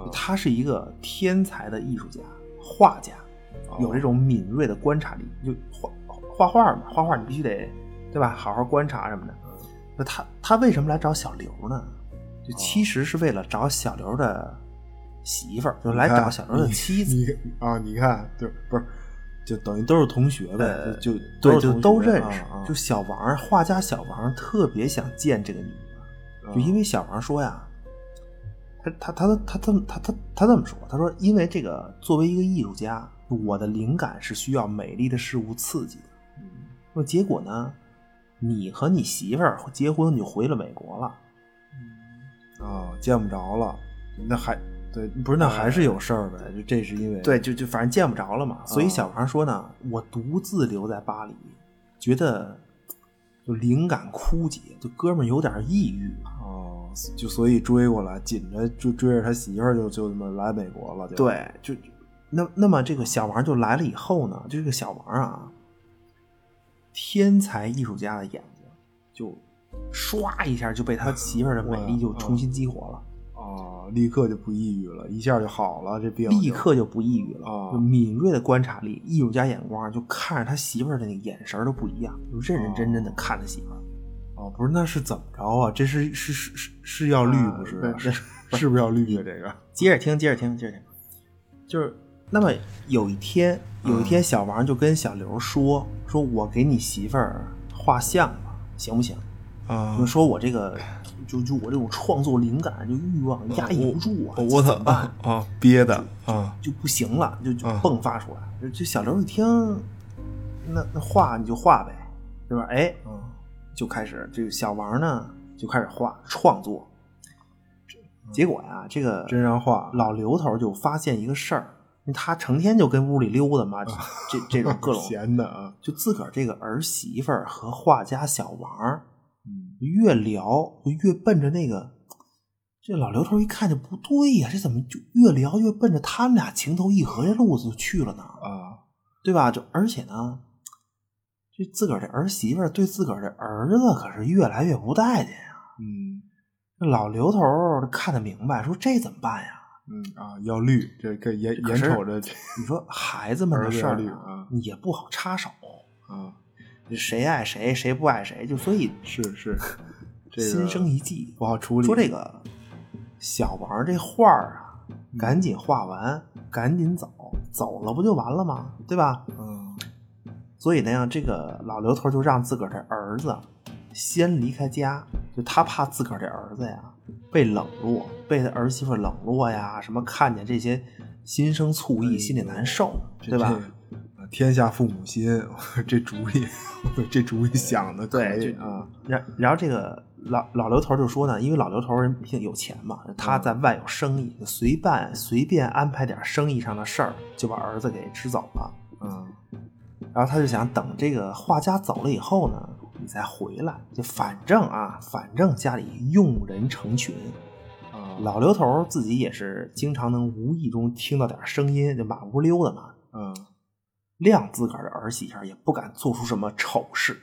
他是一个天才的艺术家、画家，有这种敏锐的观察力。就画画嘛，画画你必须得，对吧？好好观察什么的。那他为什么来找小刘呢？就其实是为了找小刘的媳妇儿，就来找小刘的妻子。 你看，就不是，就等于都是同学呗，就对，就都认识。就小王，画家小王特别想见这个女的，就因为小王说呀，他这么说，他说因为这个作为一个艺术家，我的灵感是需要美丽的事物刺激的。那么结果呢，你和你媳妇儿结婚，你就回了美国了。 见不着了，那还对，不是那还是有事儿呗？就这是因为对，就反正见不着了嘛。所以小王说呢，我独自留在巴黎，觉得就灵感枯竭，就哥们儿有点抑郁。 就所以追过来，紧着就追着他媳妇儿就这么来美国了。 对，就那么这个小王就来了以后呢，就这个小王啊，天才艺术家的眼睛就唰一下就被他媳妇儿的美丽就重新激活了。 立刻就不抑郁了，一下就好了，这病立刻就不抑郁了。就敏锐的观察力，艺术家眼光，就看着他媳妇儿的那个眼神都不一样，就认认真真的看他媳妇儿。 不是，那是怎么着啊？这是要绿不是？是不是要绿啊？这个接着听，就是那么有一天小王就跟小刘说我给你媳妇儿画像吧，行不行？就说我这个就我这种创作灵感就欲望压抑不住啊， 我怎么办憋的就不行了，就迸发出来。就小刘一听，那画你就画呗，对吧？就开始这个小王呢就开始创作。结果呀，这个真让画老刘头就发现一个事儿，因为他成天就跟屋里溜达嘛，这种各种闲的就自个儿这个儿媳妇儿和画家小王。越聊就越奔着那个，这老刘头一看就不对呀，这怎么就越聊越奔着他们俩情投意合这路子就去了呢？对吧？就而且呢，这自个儿这儿媳妇对自个儿这儿子可是越来越不待见呀。这老刘头看得明白，说这怎么办呀？ 要绿，这个眼瞅着你说孩子们的事儿你也不好插手谁爱谁，谁不爱谁，就所以是心生一计， 不好处理。 说这个小王这画啊，赶紧画完，赶紧走了不就完了吗？对吧？所以呢，这个老刘头就让自个儿这儿子先离开家，就他怕自个儿这儿子呀被冷落，被他儿媳妇冷落呀，什么看见这些心生醋意，心里难受，对吧？ 天下父母心，这主意想的可以然后这个老刘头就说呢，因为老刘头人毕竟有钱嘛，他在外有生意，随便安排点生意上的事儿，就把儿子给支走了。然后他就想等这个画家走了以后呢，你再回来，就反正家里用人成群。老刘头自己也是经常能无意中听到点声音，就满屋溜达嘛。谅自个儿的儿媳妇也不敢做出什么丑事。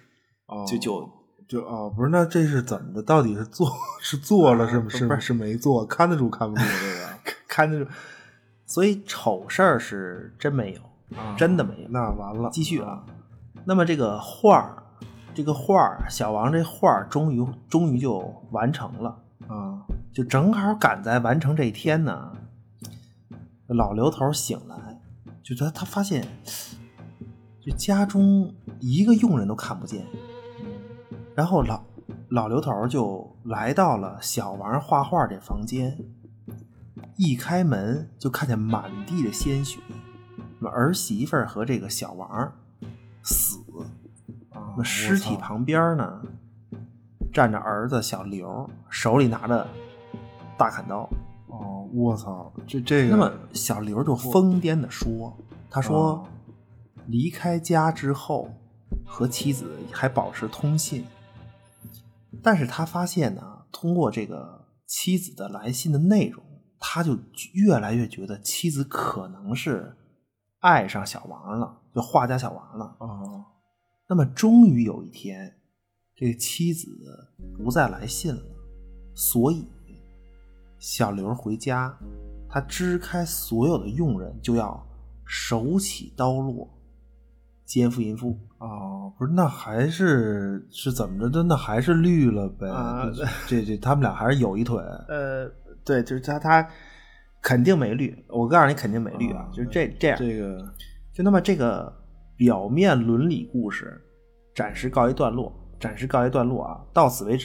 不是，那这是怎么的？到底是做了是没做？看得住看不住这个？ 看得住。所以丑事儿是真没有，真的没有。 那完了， 继续啊。那么这个画小王这画终于就完成了。就正好赶在完成这一天呢，老刘头醒来，就他发现这家中一个佣人都看不见。然后老刘头就来到了小王画画这房间，一开门就看见满地的鲜血，儿媳妇和这个小王死，尸体旁边呢站着儿子小刘，手里拿着大砍刀。 我操，这个。 那么小刘就疯癫地说，他说离开家之后和妻子还保持通信，但是他发现呢，通过这个妻子的来信的内容，他就越来越觉得妻子可能是爱上小王了，就画家小王了。那么终于有一天，这个妻子不再来信了，所以小刘回家， 他支开所有的佣人，就要手起刀落，奸夫淫妇。 不是，那还是怎么着的？那还是绿了呗。这他们俩还是有一腿。 对，就是他肯定没绿，我告诉你肯定没绿啊，就是这样。 这个就那么这个表面伦理故事暂时告一段落啊，到此为止。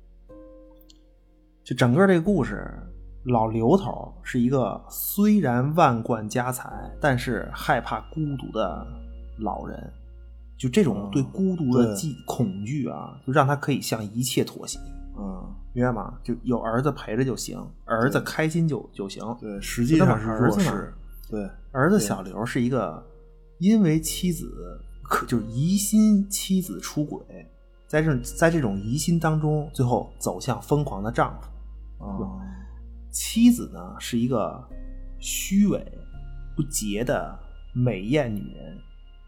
就整个这个故事，老刘头是一个虽然万贯家财，但是害怕孤独的老人。就这种对孤独的恐惧啊，就让他可以向一切妥协。明白吗？就有儿子陪着就行，儿子开心就行。 对，实际上是儿子呢， 对， 儿子小刘是一个因为妻子就是疑心妻子出轨，在这种疑心当中，最后走向疯狂的丈夫。妻子呢是一个虚伪不洁的美艳女人。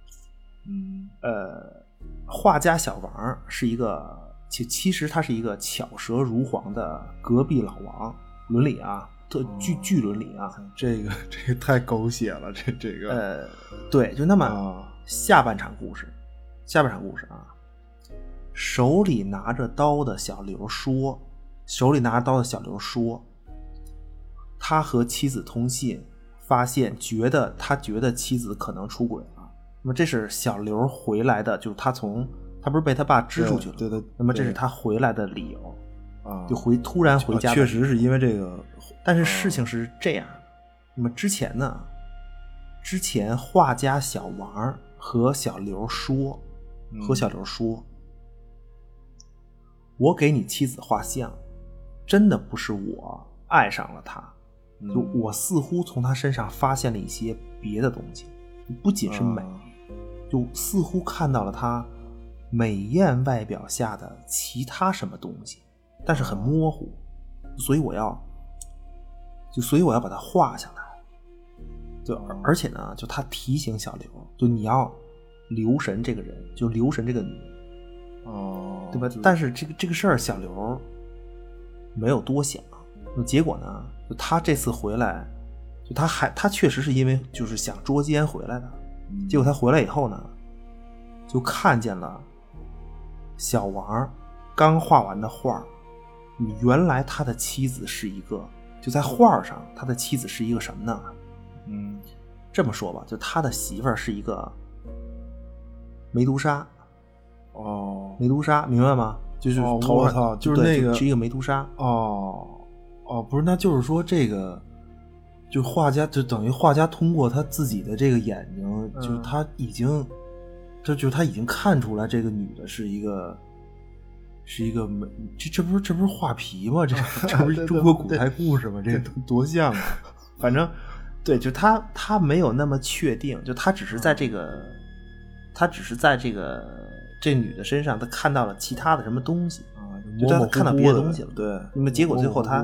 画家小王是一个，其实他是一个巧舌如簧的隔壁老王。伦理啊，巨伦理啊， 这个太狗血了，这个对，就那么下半场故事啊，手里拿着刀的小刘说，他和妻子通信，发现他觉得妻子可能出轨了。那么这是小刘回来的，就是他不是被他爸支出去了， 对， 那么这是他回来的理由就突然回家。 确实是因为这个， 但是事情是这样。那么之前画家小王和小刘说，我给你妻子画像，真的不是我爱上了她，就我似乎从她身上发现了一些别的东西，不仅是美，就似乎看到了她美艳外表下的其他什么东西，但是很模糊，所以我要把它画下来。就而且呢，就他提醒小刘，就你要留神这个人，就留神这个女人，对吧？但是这个事儿小刘没有多想。结果呢，就他这次回来，就他确实是因为就是想捉奸回来的。结果他回来以后呢，就看见了小王刚画完的画。原来他的妻子是一个，就在画上他的妻子是一个什么呢？这么说吧，就他的媳妇儿是一个梅毒莎。梅毒莎明白吗？就是头上就是那个是一个梅毒莎。 不是，那就是说这个就画家就等于画家通过他自己的这个眼睛，就是他已经看出来这个女的是一个美，这不是画皮吗？这不是中国古代故事吗？这多像啊！ 反正对，就他没有那么确定，就他只是在这个这女的身上，他看到了其他的什么东西就他看到别的东西了。 对， 那么结果最后他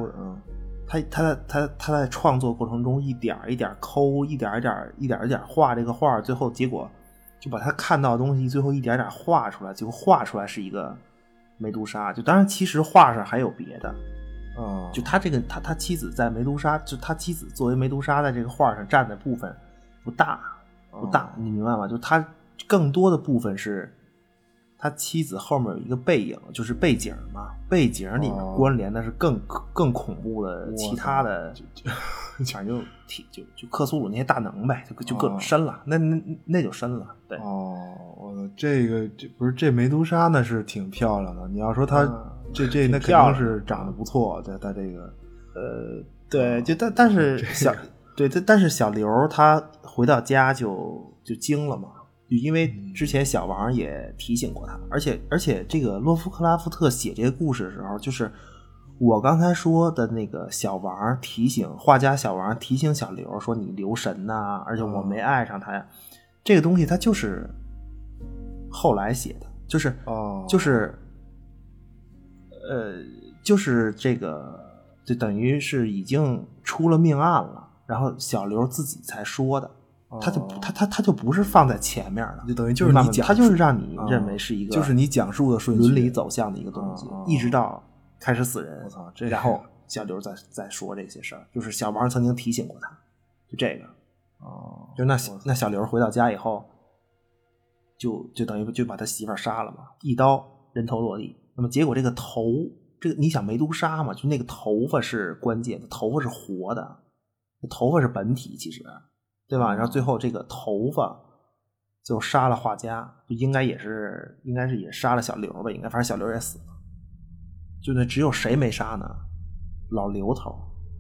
在创作过程中一点一点抠，一点一点画这个画，最后结果就把他看到的东西最后一点点画出来，结果画出来是一个梅毒莎。就当然其实画上还有别的。就他妻子在梅毒莎，就他妻子作为梅毒莎在这个画上占的部分不大，你明白吗？就他更多的部分是他妻子后面有一个背影，就是背景嘛，背景里面关联的是更恐怖的其他的，反正就克苏鲁那些大能呗，就各种深了，那就深了。对。 这不是这梅毒莎那是挺漂亮的。你要说他这那肯定是长得不错，他这个对，就但是但是小刘他回到家就惊了嘛。就因为之前小王也提醒过他，而且这个洛夫克拉夫特写这个故事的时候，就是我刚才说的那个画家小王提醒小刘说你留神呐，而且我没爱上他呀，这个东西他就是后来写的，就是这个就等于是已经出了命案了，然后小刘自己才说的。他就不是放在前面的， 就等于就是你他就是让你认为是一个就是你讲述的顺序伦理走向的一个东西，一直到开始死人。 我操，这然后小刘在说这些事儿，就是小王曾经提醒过他，就这个。就那小刘回到家以后，就等于就把他媳妇儿杀了嘛，一刀人头落地。那么结果这个头，这个你想梅毒杀嘛，就那个头发是关键的，头发是活的，头发是本体其实，对吧？然后最后这个头发就杀了画家，就应该是也杀了小刘吧，应该，反正小刘也死了。就那只有谁没杀呢？老刘头，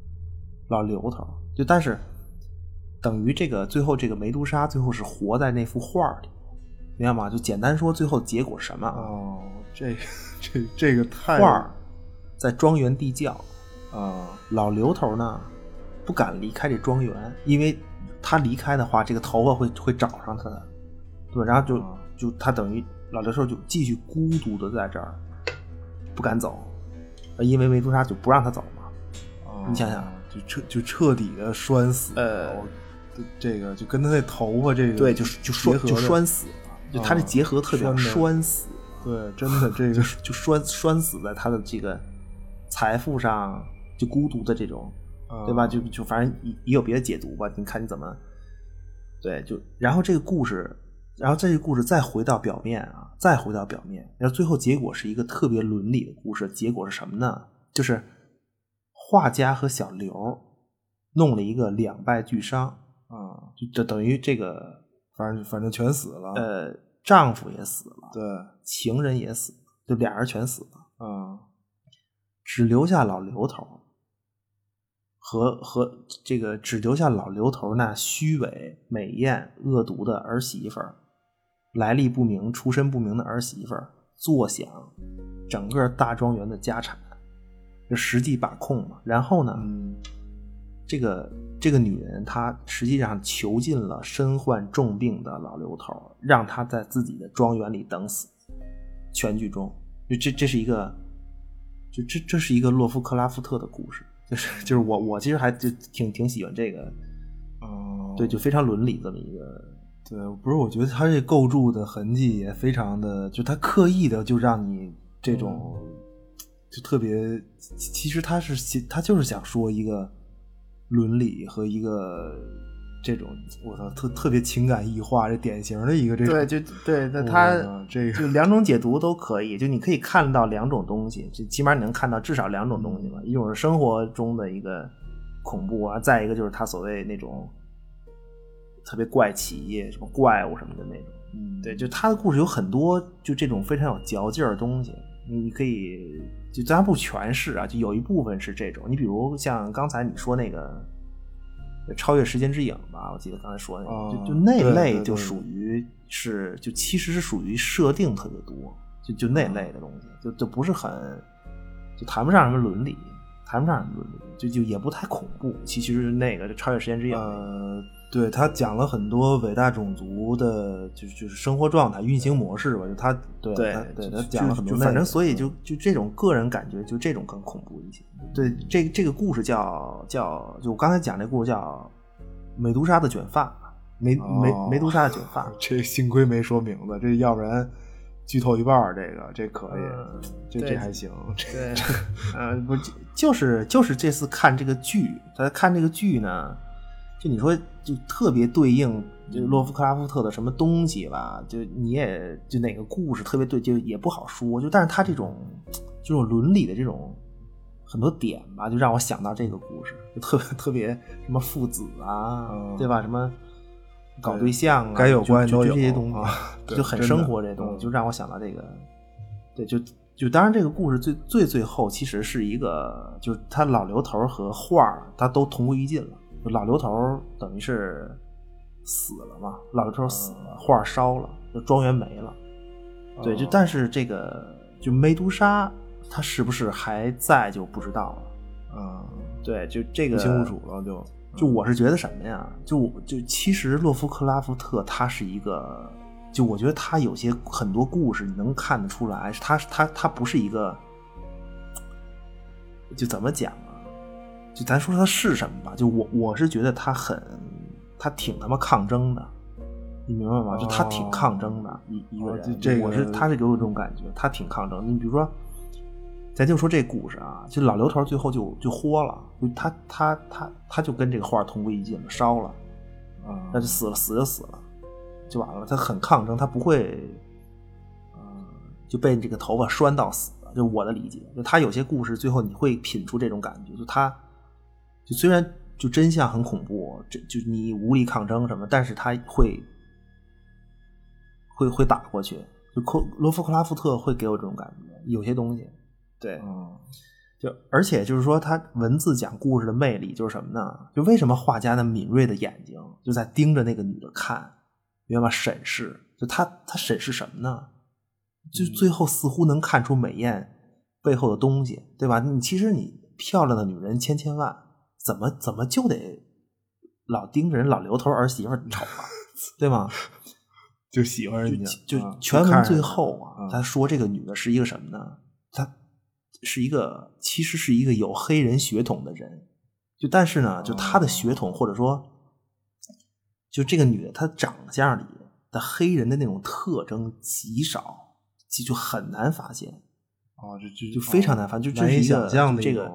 就但是等于这个最后这个梅毒杀最后是活在那幅画里，明白吗？就简单说最后结果什么？ 这个太画在庄园地窖老刘头呢不敢离开这庄园，因为他离开的话这个头发会找上他的，对，然后就他等于老刘头就继续孤独的在这儿不敢走，因为梅毒杀就不让他走嘛。你想想就彻底的拴死这个就跟他那头发这个对就拴死了，就他这结合特别拴死， 对，真的这个就拴死在他的这个财富上，就孤独的这种，对吧？就反正也有别的解读吧，你看你怎么对，就然后这个故事再回到表面，然后最后结果是一个特别伦理的故事。结果是什么呢？就是画家和小刘弄了一个两败俱伤就等于这个反正全死了， 丈夫也死了， 对， 情人也死了，就俩人全死了，只留下老刘头和这个只留下老刘头那虚伪、美艳、恶毒的儿媳妇儿，来历不明、出身不明的儿媳妇儿，坐享整个大庄园的家产，就实际把控嘛。然后呢，这个女人她实际上囚禁了身患重病的老刘头，让他在自己的庄园里等死。全剧中，就这是一个，这是一个洛夫克拉夫特的故事，就是我其实还就挺喜欢这个，对，就非常伦理这么一个。 对，不是，我觉得他这构筑的痕迹也非常的，就他刻意的就让你这种，就特别，其实他就是想说一个伦理和一个这种，我操，特别情感异化，这典型的一个这种。 对，就对，那他这个就两种解读都可以，就你可以看到两种东西，就起码你能看到至少两种东西吧。一种是生活中的一个恐怖啊，再一个就是他所谓那种特别怪奇、什么怪物什么的那种。对，就他的故事有很多就这种非常有嚼劲儿的东西，你可以就当然不全是啊，就有一部分是这种。你比如像刚才你说那个超越时间之影吧，我记得刚才说那个，就那类就属于是就其实是属于设定特别多，就那类的东西，就不是很就谈不上什么伦理，就也不太恐怖。其实那个超越时间之影， 对，他讲了很多伟大种族的就是生活状态、运行模式吧，就他对他讲了很多， 反正所以就这种个人感觉，就这种更恐怖一些。对，这个故事叫就我刚才讲这故事叫美毒莎的卷发，梅毒莎的卷发。 这幸亏没说名字，这要不然剧透一半，这可以，这还行。 对，不就是这次看这个剧，大家看这个剧呢。就你说就特别对应就洛夫克拉夫特的什么东西吧，就你也就哪个故事特别对，就也不好说。就但是他这种伦理的这种很多点吧，就让我想到这个故事，就特别什么父子啊，对吧？什么搞对象啊， 该有关都有这些东西，就很生活这些东西，就让我想到这个。对，就当然这个故事最后其实是一个，就是他老刘头和画他都同归于尽了。老刘头等于是死了嘛，老刘头死了，画烧了，就庄园没了。对，就但是这个就梅毒莎他是不是还在就不知道了。对，就这个不清不楚了就我是觉得什么呀？就其实洛夫克拉夫特他是一个，就我觉得他有些很多故事你能看得出来，他不是一个，就怎么讲啊？就咱说他是什么吧，就我是觉得他挺他妈抗争的，你明白吗？就他挺抗争的一个人，他是给我这种感觉，他挺抗争。你比如说， 咱就说这故事啊，就老刘头最后就豁了，就他就跟这个画同归于尽了，烧了，那就死就死了，就完了。他很抗争，他不会，就被这个头发拴到死。就我的理解，就他有些故事最后你会品出这种感觉，就他就虽然就真相很恐怖，就你无力抗争什么，但是他会打过去。就罗夫克拉夫特会给我这种感觉，有些东西，对，就而且就是说，他文字讲故事的魅力就是什么呢？就为什么画家那敏锐的眼睛就在盯着那个女的看，明白吗？审视，就他审视什么呢？就最后似乎能看出美艳背后的东西，对吧？其实你漂亮的女人千万，怎么就得老盯着人老刘头儿媳妇瞅啊，对吗？ 就喜欢人家。 就全文最后啊，他说这个女的是一个什么呢？她是其实是一个有黑人血统的人，就但是呢，就她的血统或者说，就这个女的她长相里的黑人的那种特征极少。就很难发现就非常难发现，就这是一个这个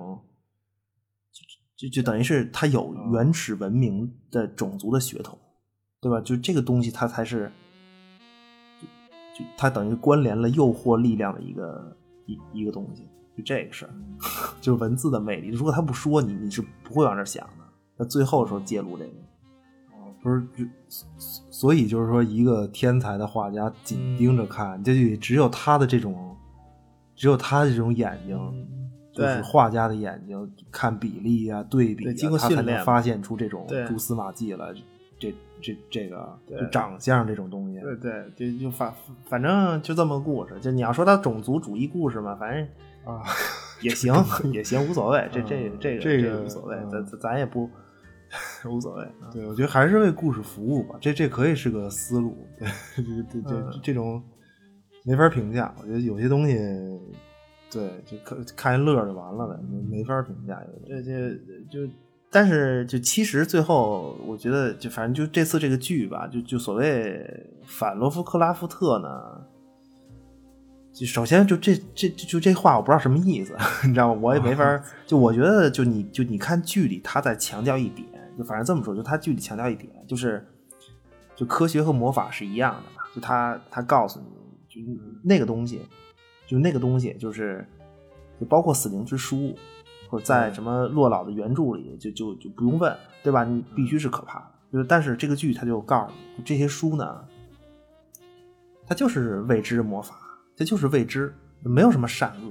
就等于是他有原始文明的种族的血统，对吧？就这个东西它才是就它等于关联了诱惑力量的一个东西，就这个事儿，就是文字的魅力。如果他不说你是不会往这想的，那最后的时候揭露这个。 不是，所以就是说，一个天才的画家紧盯着看，就只有他的这种眼睛，就是画家的眼睛，看比例啊、对比啊， 经过训练， 他才能发现出这种蛛丝马迹来。这个就长相这种东西， 对，就反正就这么个故事。就你要说他种族主义故事嘛，反正也行也行，无所谓。这个无所谓，咱也不。无所谓， 对，我觉得还是为故事服务吧，这可以是个思路，对，这种没法评价，我觉得有些东西，对，就看一乐就完了呗，没法评价。 但是就其实最后，我觉得就反正就这次这个剧吧，就所谓反罗夫克拉夫特呢，就首先就这话我不知道什么意思，你知道吗？我也没法，就我觉得就你看剧里他在强调一点。就反正这么说，就他剧里强调一点，就科学和魔法是一样的嘛。就他告诉你，就那个东西，就是就包括死灵之书，或者在什么洛老的原著里，就不用问，对吧？你必须是可怕的。就是但是这个剧他就告诉你，这些书呢，它就是未知魔法，这就是未知，没有什么善恶，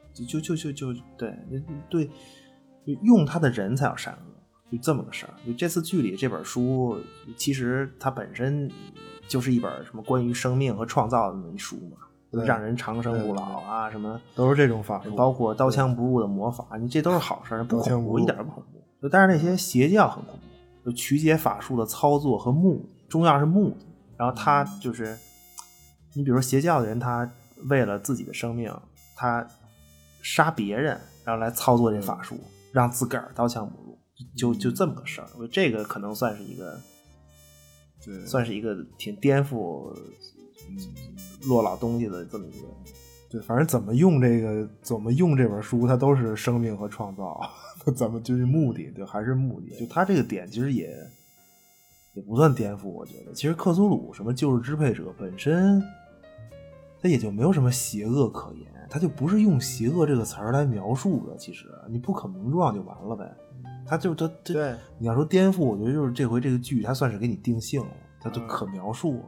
对，用它的人才有善恶。就这么个事儿。就这次剧里这本书，其实它本身就是一本什么关于生命和创造的那么一书嘛，让人长生不老啊，什么都是这种法术， 包括刀枪不入的魔法，你这都是好事，不恐怖，一点不恐怖。但是那些邪教很恐怖，就曲解法术的操作和目的，重要是目的。然后他就是，你比如说邪教的人，他为了自己的生命，他杀别人，然后来操作这法术，让自个儿刀枪不入。就这么个事儿，我觉得这个可能算是一个， 对， 算是一个挺颠覆洛老东西的这么一个。 对，反正怎么用这本书，它都是生命和创造，怎么就是目的，对，还是目的。 就他这个点其实也不算颠覆，我觉得。其实克苏鲁什么救世支配者本身，他也就没有什么邪恶可言，他就不是用邪恶这个词儿来描述的。其实你不可名状就完了呗。他对， 你要说颠覆，我觉得就是这回这个剧，他算是给你定性了，他就可描述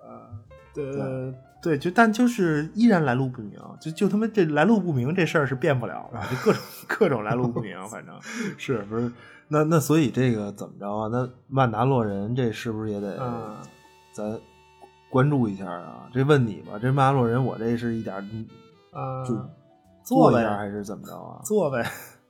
对，但就是依然来路不明，就他妈这来路不明这事儿是变不了的，就各种来路不明，反正是不是？那所以这个怎么着啊？那曼达洛人这是不是也得咱关注一下啊？这问你吧，这曼达洛人我这是一点就做一下还是怎么着啊？ 做呗，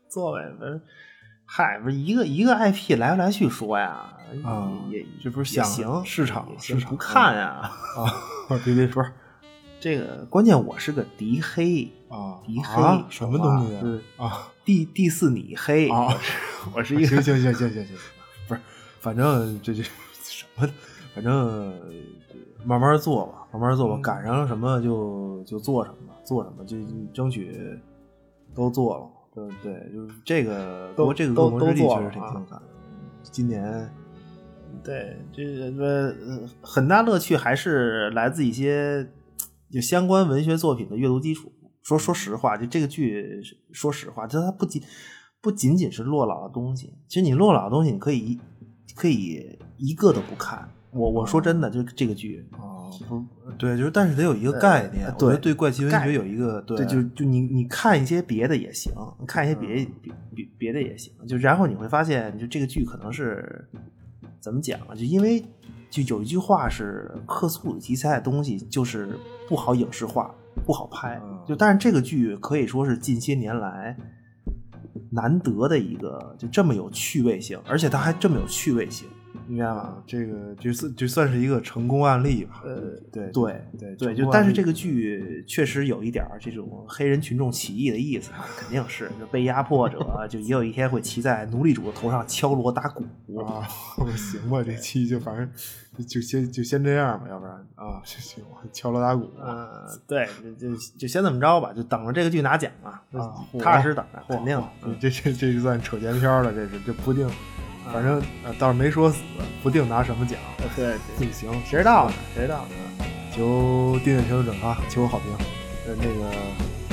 嗨，不是一个 IP 来来去说呀，也这不是想行， 市场不看呀别说这个，关键我是个敌黑啊， 敌黑什么东西啊？第四你黑啊， 我是一个行，不是，反正这什么，反正慢慢做吧，赶上什么就做什么，就争取都做了，对，就是这个，不过这个恶魔之地确实挺精彩的。今年，对这个很大乐趣还是来自一些就相关文学作品的阅读基础。说实话，就这个剧，说实话，它不仅仅是洛老的东西。其实你洛老的东西，你可以一个都不看。我说真的，就这个剧对，就是但是得有一个概念。我觉得对怪奇文学有一个对，就你看一些别的也行，看一些别的也行。就然后你会发现，就这个剧可能是怎么讲啊？就因为就有一句话是克苏鲁题材的东西就是不好影视化，不好拍。就但是这个剧可以说是近些年来难得的一个，就这么有趣味性，而且它还这么有趣味性。明白吗？ 这个就算是一个成功案例吧。 对，就但是这个剧确实有一点这种黑人群众起义的意思，肯定是就被压迫者就也有一天会骑在奴隶主的头上敲锣打鼓啊。行吧，这期就反正就先这样吧，要不然啊，行，敲锣打鼓。 对，就先这么着吧，就等着这个剧拿奖啊，踏实等着，肯定。 这算扯闲篇了，这不定。反正倒是没说死，不定拿什么奖。 对， 行， 谁知道呢？ 求订阅、求转发、求好评。那个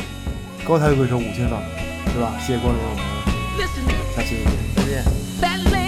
高抬贵手5星上，是吧？谢谢光临，我们下期再见。